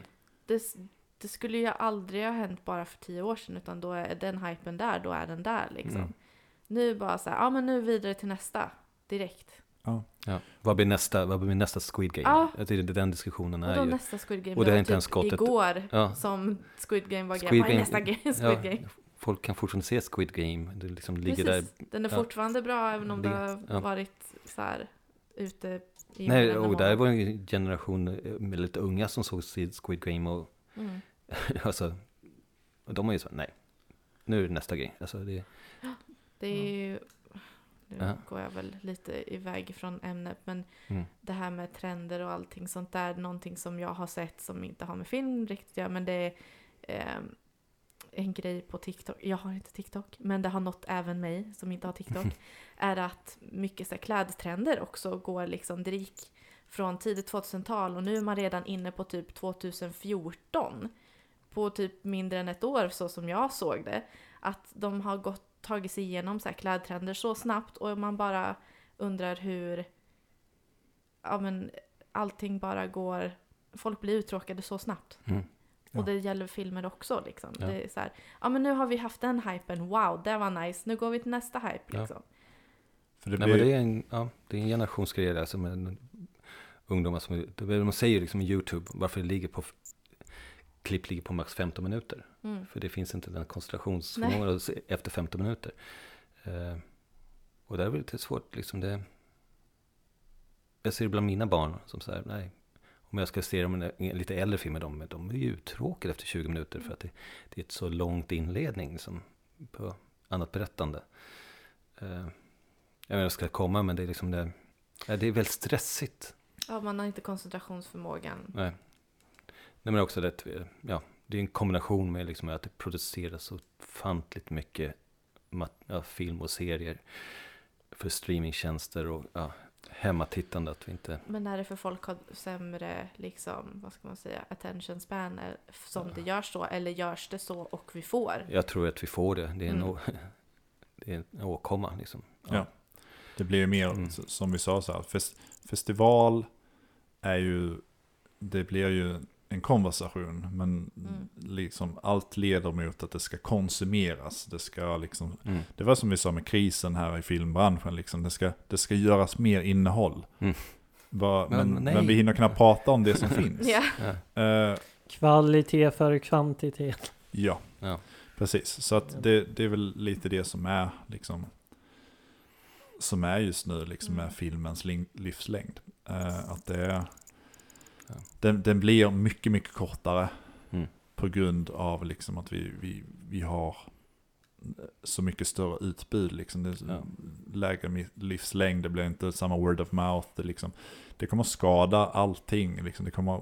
det skulle ju aldrig ha hänt bara för 10 år sedan, utan då är den hypen där, då är den där liksom. Nu bara så här, men nu vidare till nästa direkt. Ja. Vad blir nästa Squid Game? Ja. Jag tycker den diskussionen är ju... Nästa Squid Game. Och det är inte typ ens gått igår som Squid Game var Squid Game. Nästa Squid Game. Folk kan fortfarande se Squid Game. Det liksom ligger där. Den är fortfarande bra även om det har varit så här ute i... Nej, och där var en generation med lite unga som såg Squid Game och alltså, och de är ju så, nej, nu är det nästa grej. Alltså det är ju... Nu går jag väl lite iväg från ämnet, men det här med trender och allting sånt där, någonting som jag har sett som inte har med film riktigt att göra, men det är en grej på TikTok. Jag har inte TikTok, men det har nått även mig som inte har TikTok, är att mycket så här, klädtrender också går liksom direkt från tidigt 2000-tal och nu är man redan inne på typ 2014 på typ mindre än ett år, så som jag såg det, att de har tagit sig igenom så här klädtrender så snabbt och man bara undrar hur allting bara går, folk blir uttråkade så snabbt. Och det gäller filmer också liksom. Det är så här, men nu har vi haft den hypen, wow, det var nice, nu går vi till nästa hype liksom. För det är en generationsgrej där som en ungdomar som man säger liksom i YouTube varför det ligger på max 15 minuter. För det finns inte den koncentrationsförmågan efter 15 minuter. Och det är väl lite svårt. Liksom jag ser bland mina barn som så här, nej. Om jag ska se dem en lite äldre film med dem, de är ju uttråkade efter 20 minuter för att det är ett så långt inledning som på annat berättande. Jag vet inte jag ska komma, men det är liksom det är väldigt stressigt. Ja, man har inte koncentrationsförmågan. Nej, men också det är en kombination med liksom att det produceras så fantligt mycket film och serier för streamingtjänster och hemmatittande att vi inte... Men är det för folk har sämre liksom, vad ska man säga, attention span som det görs så, eller görs det så och vi får? Jag tror att vi får det. Det är en åkomma liksom. Ja. Det blir ju mer som vi sa så här, festival är ju, det blir ju en konversation, men liksom allt leder mot att det ska konsumeras. Det ska liksom, det var som vi sa med krisen här i filmbranschen, liksom, det ska göras mer innehåll. Men vi hinner kunna prata om det som finns. Kvalitet för kvantitet. Ja, precis. Så att det är väl lite det som är liksom, som är just nu liksom med filmens livslängd. Att det är den blir mycket, mycket kortare på grund av liksom att vi har så mycket större utbud. Liksom. Det är lägre livslängd, det blir inte samma word of mouth. Det kommer att skada allting. Liksom. Det kommer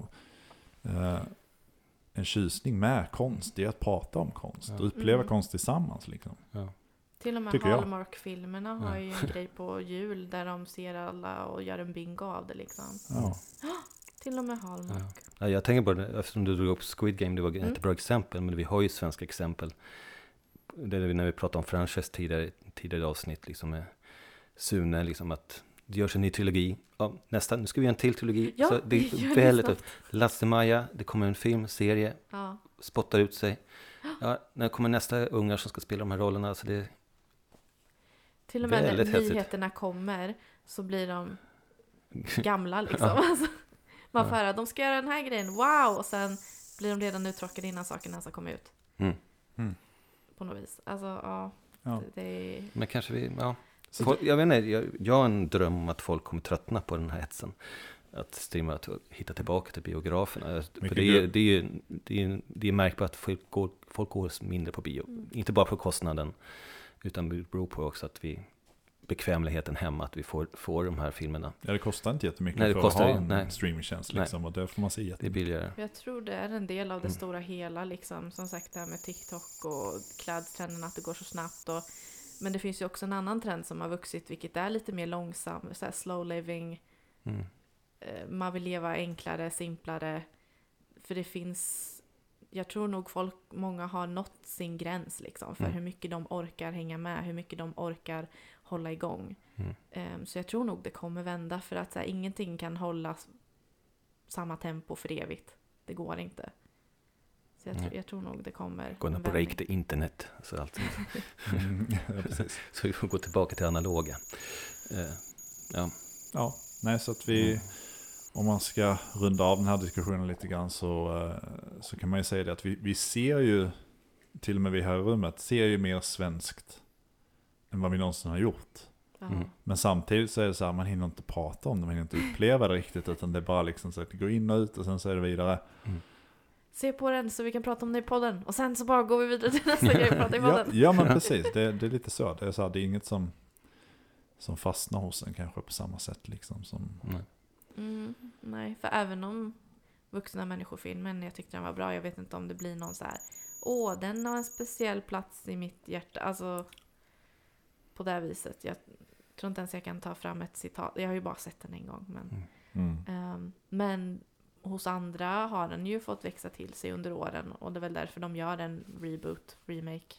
en tjusning med konst, det är att prata om konst och uppleva konst tillsammans. Liksom. Ja. Till och med Hallmark-filmerna har ju en grej på jul där de ser alla och gör en bingo av det. Liksom. Till och med Hallmark. Ja, jag tänker på det, eftersom du drog upp Squid Game, det var ett bra exempel, men vi har ju svenska exempel. Det är när vi pratade om franchise tidigare avsnitt liksom med Sune, liksom att det görs en ny trilogi. Ja, nästan, nu ska vi göra en till trilogi. Ja, så det är väldigt Lasse-Maja, det kommer en film, serie, spottar ut sig. Ja, när kommer nästa ungar som ska spela de här rollerna? Alltså det till och med när nyheterna kommer så blir de gamla liksom. Alltså, man får höra, de ska göra den här grejen, wow! Och sen blir de redan uttråkade innan sakerna ska komma ut. På något vis. Alltså, Ja. Men kanske vi, jag vet inte, jag har en dröm om att folk kommer tröttna på den här hetsen. Att streama, att hitta tillbaka till biograferna. För det är märkbart att folk går mindre på bio. Inte bara på kostnaden, utan det beror på också att bekvämligheten hemma, att vi får de här filmerna. Ja, det kostar inte jättemycket för att ha en streamingtjänst liksom, och det får man se det är billigare. Jag tror det är en del av det stora hela liksom, som sagt det här med TikTok och klädtrenden, att det går så snabbt men det finns ju också en annan trend som har vuxit, vilket är lite mer långsam, så här slow living. Man vill leva enklare, simplare, för det finns, jag tror nog många har nått sin gräns liksom, för hur mycket de orkar hänga med, hur mycket de orkar hålla igång. Så jag tror nog det kommer vända, för att så här, ingenting kan hålla samma tempo för evigt. Det går inte. Så jag tror nog det kommer. Gå på riktigt internet. Så allt. Så vi får gå tillbaka till analoga. Nej, så att vi, om man ska runda av den här diskussionen lite grann, så kan man ju säga det att vi ser ju, till och med vi här i rummet, ser ju mer svenskt än vad vi någonsin har gjort. Men samtidigt så är det så här, man hinner inte prata om det, man hinner inte uppleva det riktigt, utan det är bara liksom så att det går in och ut och sen så är det vidare. Se på den så vi kan prata om det i podden, och sen så bara går vi vidare till nästa grej och pratar i podden. Ja, men precis, det är lite så. Det är så här, det är inget som fastnar hos en kanske på samma sätt liksom som... Nej, för även om vuxna människofilmen, jag tyckte den var bra, jag vet inte om det blir någon så här, den har en speciell plats i mitt hjärta, alltså på det viset. Jag tror inte ens jag kan ta fram ett citat, jag har ju bara sett den en gång, men hos andra har den ju fått växa till sig under åren, och det är väl därför de gör en reboot, remake.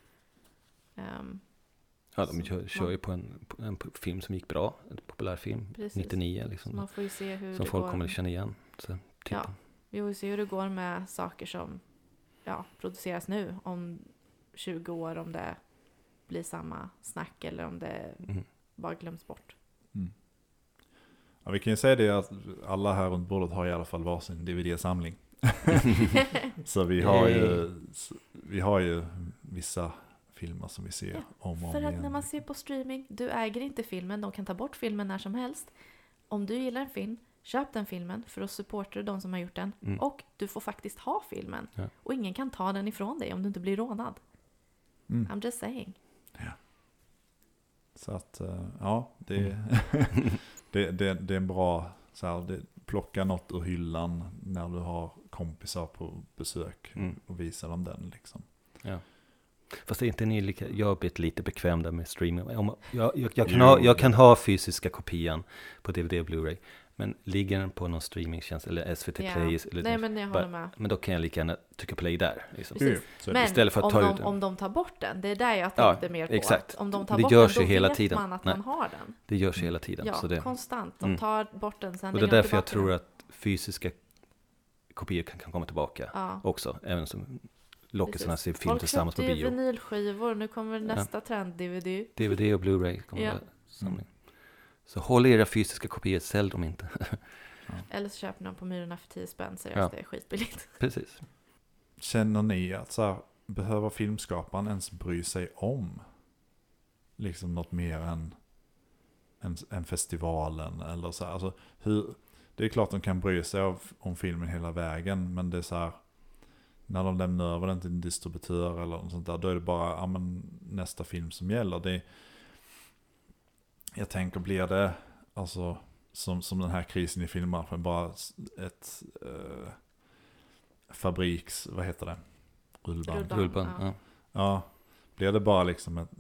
De kör ju på en film som gick bra, en populär film, 99 liksom. Så man får ju se hur som det folk går. kommer känna igen. Så, vi får se hur det går med saker som produceras nu om 20 år, om det blir samma snack eller om det bara glöms bort. Ja, vi kan ju säga det att alla här runt bordet har i alla fall varsin DVD-samling. Så vi har ju vissa filmer som vi ser om och om för att igen. när man ser på streaming, du äger inte filmen, de kan ta bort filmen när som helst. Om du gillar en film, köp den filmen, för att supporta de som har gjort den, och du får faktiskt ha filmen, och ingen kan ta den ifrån dig om du inte blir rånad. I'm just saying. Ja. Så att det är en bra så här, plocka något ur hyllan när du har kompisar på besök och visa dem den liksom. Ja. Fast är inte ni lika, jag har blivit lite bekväm där med streaming. Jag kan ha fysiska kopian på DVD och Blu-ray, men ligger den på någon streamingtjänst eller SVT Play eller nej, men jag håller med. Men då kan jag lika gärna trycka play där liksom. Men istället för att om de tar bort den, det är där jag tänkte mer på. Exakt. Om de tar det bort görs den, ju då hela vet tiden. man att man har den. Det görs hela tiden. Ja, så det, konstant. De tar bort den, sen och det är därför jag tror att fysiska kopior kan komma tillbaka också, även som lockelsen att se film tillsammans på bio. Folk köpte ju vinylskivor, nu kommer nästa trend, DVD och Blu-ray kommer samling. Så håll era fysiska kopior, sälj dem inte. Eller så köper de på Myrorna för 10 spänn, så det är skitbilligt. Precis. Känner ni att så här, behöver filmskaparen ens bry sig om liksom något mer än festivalen eller så här, alltså det är klart de kan bry sig om filmen hela vägen, men det är så här, när de lämnar över den till en distributör eller något sånt där, då är det bara nästa film som gäller. Jag tänker, blir det alltså som den här krisen i filmbranschen, bara ett fabriks, vad heter det? Rullband. Ja, blir det bara liksom ett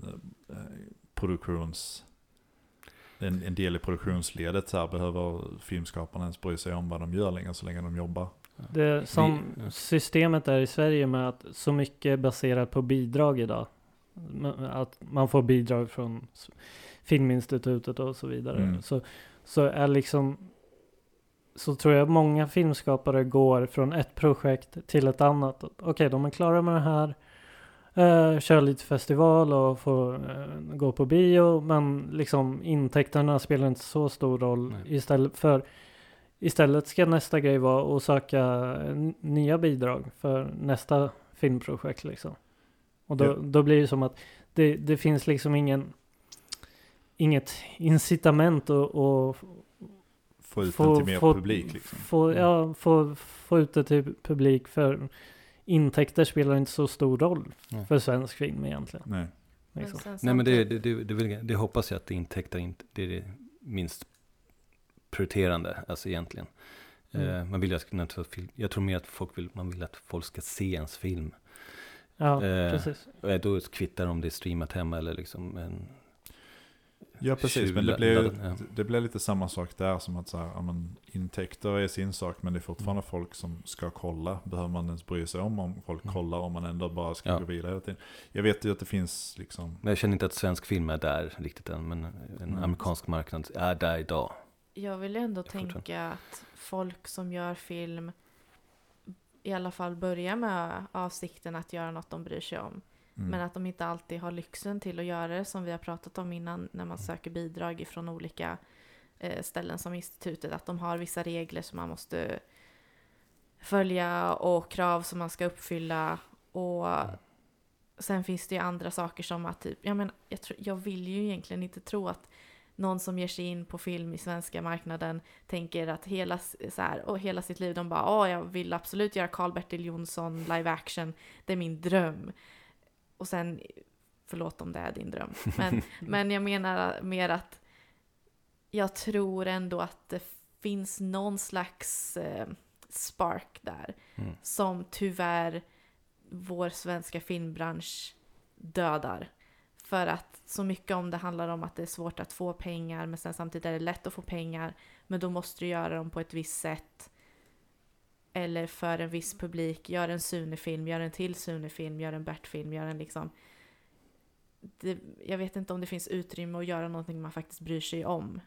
en del i produktionsledet så här, behöver filmskaparna ens bry sig om vad de gör längre så länge de jobbar? Det som systemet är i Sverige med att så mycket är baserat på bidrag idag. Att man får bidrag från Filminstitutet och så vidare. Så är liksom, så tror jag många filmskapare går från ett projekt till ett annat. Okej, de är klara med det här. Kör lite festival och får gå på bio, men liksom intäkterna spelar inte så stor roll. Istället ska nästa grej vara att söka nya bidrag för nästa filmprojekt liksom. Och då blir det som att det finns liksom inget incitament att få ut det till mer publik liksom. Få ut det till publik, för intäkter spelar inte så stor roll för svensk film egentligen. Nej. Liksom. Nej, men det hoppas jag att intäkter inte, det är det minst prioriterande, alltså egentligen. Man vill jag tror mer att man vill att folk ska se ens film. Ja, precis. Då kvittar om det är streamat hemma eller liksom en... Ja, precis, men det blir lite samma sak där, som att så här, intäkter är sin sak, men det är fortfarande folk som ska kolla. Behöver man ens bry sig om folk kollar, om man ändå bara ska gå vidare hela tiden. Jag vet ju att det finns liksom... Men jag känner inte att svensk film är där riktigt än, men en amerikansk marknad är där idag. Jag vill ändå tänka att folk som gör film i alla fall börjar med avsikten att göra något de bryr sig om. Men att de inte alltid har lyxen till att göra det, som vi har pratat om innan, när man söker bidrag från olika ställen som institutet. Att de har vissa regler som man måste följa och krav som man ska uppfylla. Och sen finns det ju andra saker som att typ, jag vill ju egentligen inte tro att någon som ger sig in på film i svenska marknaden tänker att hela sitt liv de bara, jag vill absolut göra Karl-Bertil Jonsson live action, det är min dröm. Och sen, förlåt om det är din dröm, men jag menar mer att jag tror ändå att det finns någon slags spark där som tyvärr vår svenska filmbransch dödar. För att så mycket om det handlar om att det är svårt att få pengar, men sen samtidigt är det lätt att få pengar, men då måste du göra dem på ett visst sätt eller för en viss publik. Gör en Sune-film, gör en till Sune-film, gör en Bert-film, gör en liksom... jag vet inte om det finns utrymme att göra någonting man faktiskt bryr sig om.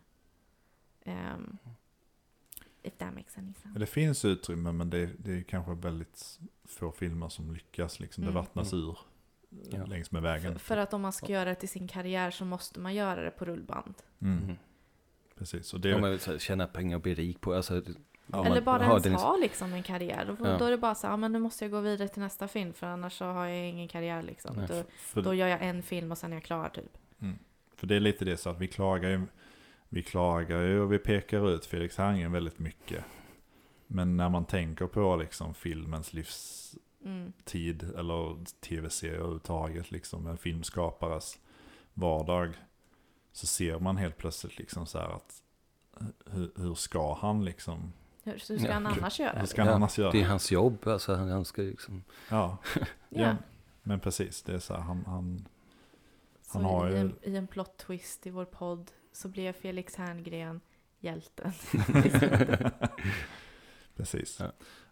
If that makes any sense. Det finns utrymme, men det är kanske väldigt få filmer som lyckas. Liksom. Det vattnas ur längs med vägen. För att om man ska göra det till sin karriär så måste man göra det på rullband. Precis. Och om man vill tjäna pengar och bli rik på... Alltså, eller bara ens ha liksom en karriär. Då är det bara så här, men nu måste jag gå vidare till nästa film, för annars så har jag ingen karriär liksom. Då gör jag en film och sen är jag klar typ. För det är lite det, så att vi klagar ju och vi pekar ut Felix Herngren väldigt mycket. Men när man tänker på liksom filmens livstid eller tv-serier överhuvudtaget, liksom en filmskapares vardag, så ser man helt plötsligt liksom så här att hur ska han liksom... Hur ska han annars göra? Hur ska han annars göra? Det är hans jobb, alltså han ska liksom... Ja, men precis, det är så här, han har ju... I en plot twist i vår podd så blev Felix Herngren hjälten. Precis.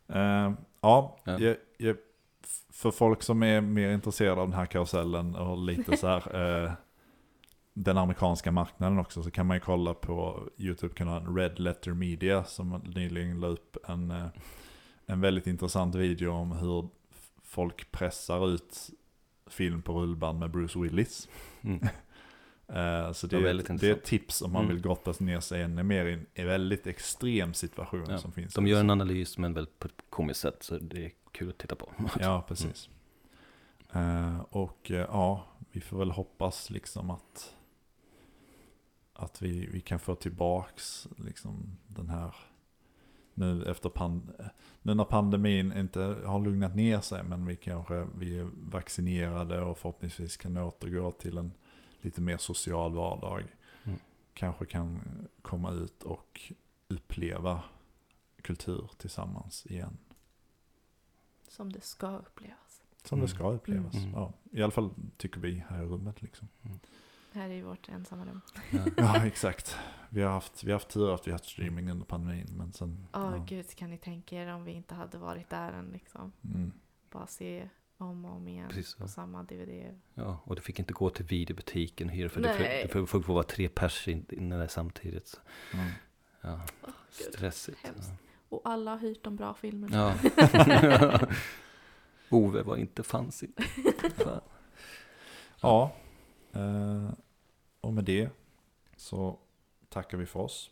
För folk som är mer intresserade av den här karusellen och lite så här den amerikanska marknaden också, så kan man ju kolla på YouTube-kanalen Red Letter Media, som nyligen la upp en väldigt intressant video om hur folk pressar ut film på rullband med Bruce Willis. Så det är ett tips om man vill grottas ner sig ännu mer i en väldigt extrem situation som finns. De gör en analys, men väldigt på ett komiskt sätt, så det är kul att titta på. Ja, precis. Vi får väl hoppas liksom att vi kan få tillbaks liksom den här nu när pandemin inte har lugnat ner sig, men vi är vaccinerade och förhoppningsvis kan återgå till en lite mer social vardag. Kanske kan komma ut och uppleva kultur tillsammans igen. Som det ska upplevas. Det ska upplevas. Ja, i alla fall tycker vi här i rummet liksom. Här är vårt ensamma rum. Ja, exakt. Vi har haft tur att vi har haft streaming under pandemin, men sen... Gud, kan ni tänka er om vi inte hade varit där än liksom. Bara se om och om igen på samma DVD. Ja, och det fick inte gå till videobutiken och hyra, för det får vara 3 pers innan det samtidigt. Så. Ja, stressigt. Hemskt. Och alla har hyrt de bra filmer. Ja. Ove fanns inte. Ja. Och med det så tackar vi för oss.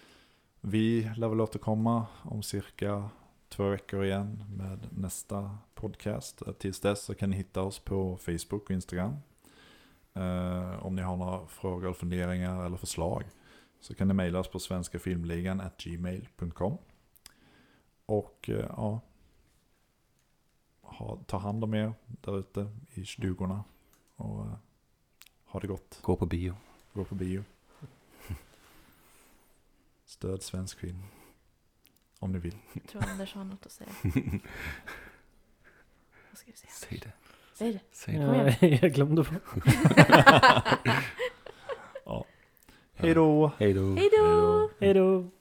Vi lär väl återkomma om cirka 2 veckor igen med nästa podcast. Tills dess så kan ni hitta oss på Facebook och Instagram. Om ni har några frågor eller funderingar eller förslag så kan ni mejla oss på svenskafilmligan@gmail.com. Och ta hand om er där ute i stugorna och ha det gott. Gå på bio. Stöd svensk film. Om ni vill. Jag tror Anders har något att säga. Vad ska du säga? Säg det. Jag glömde på. Hej då. Hej då.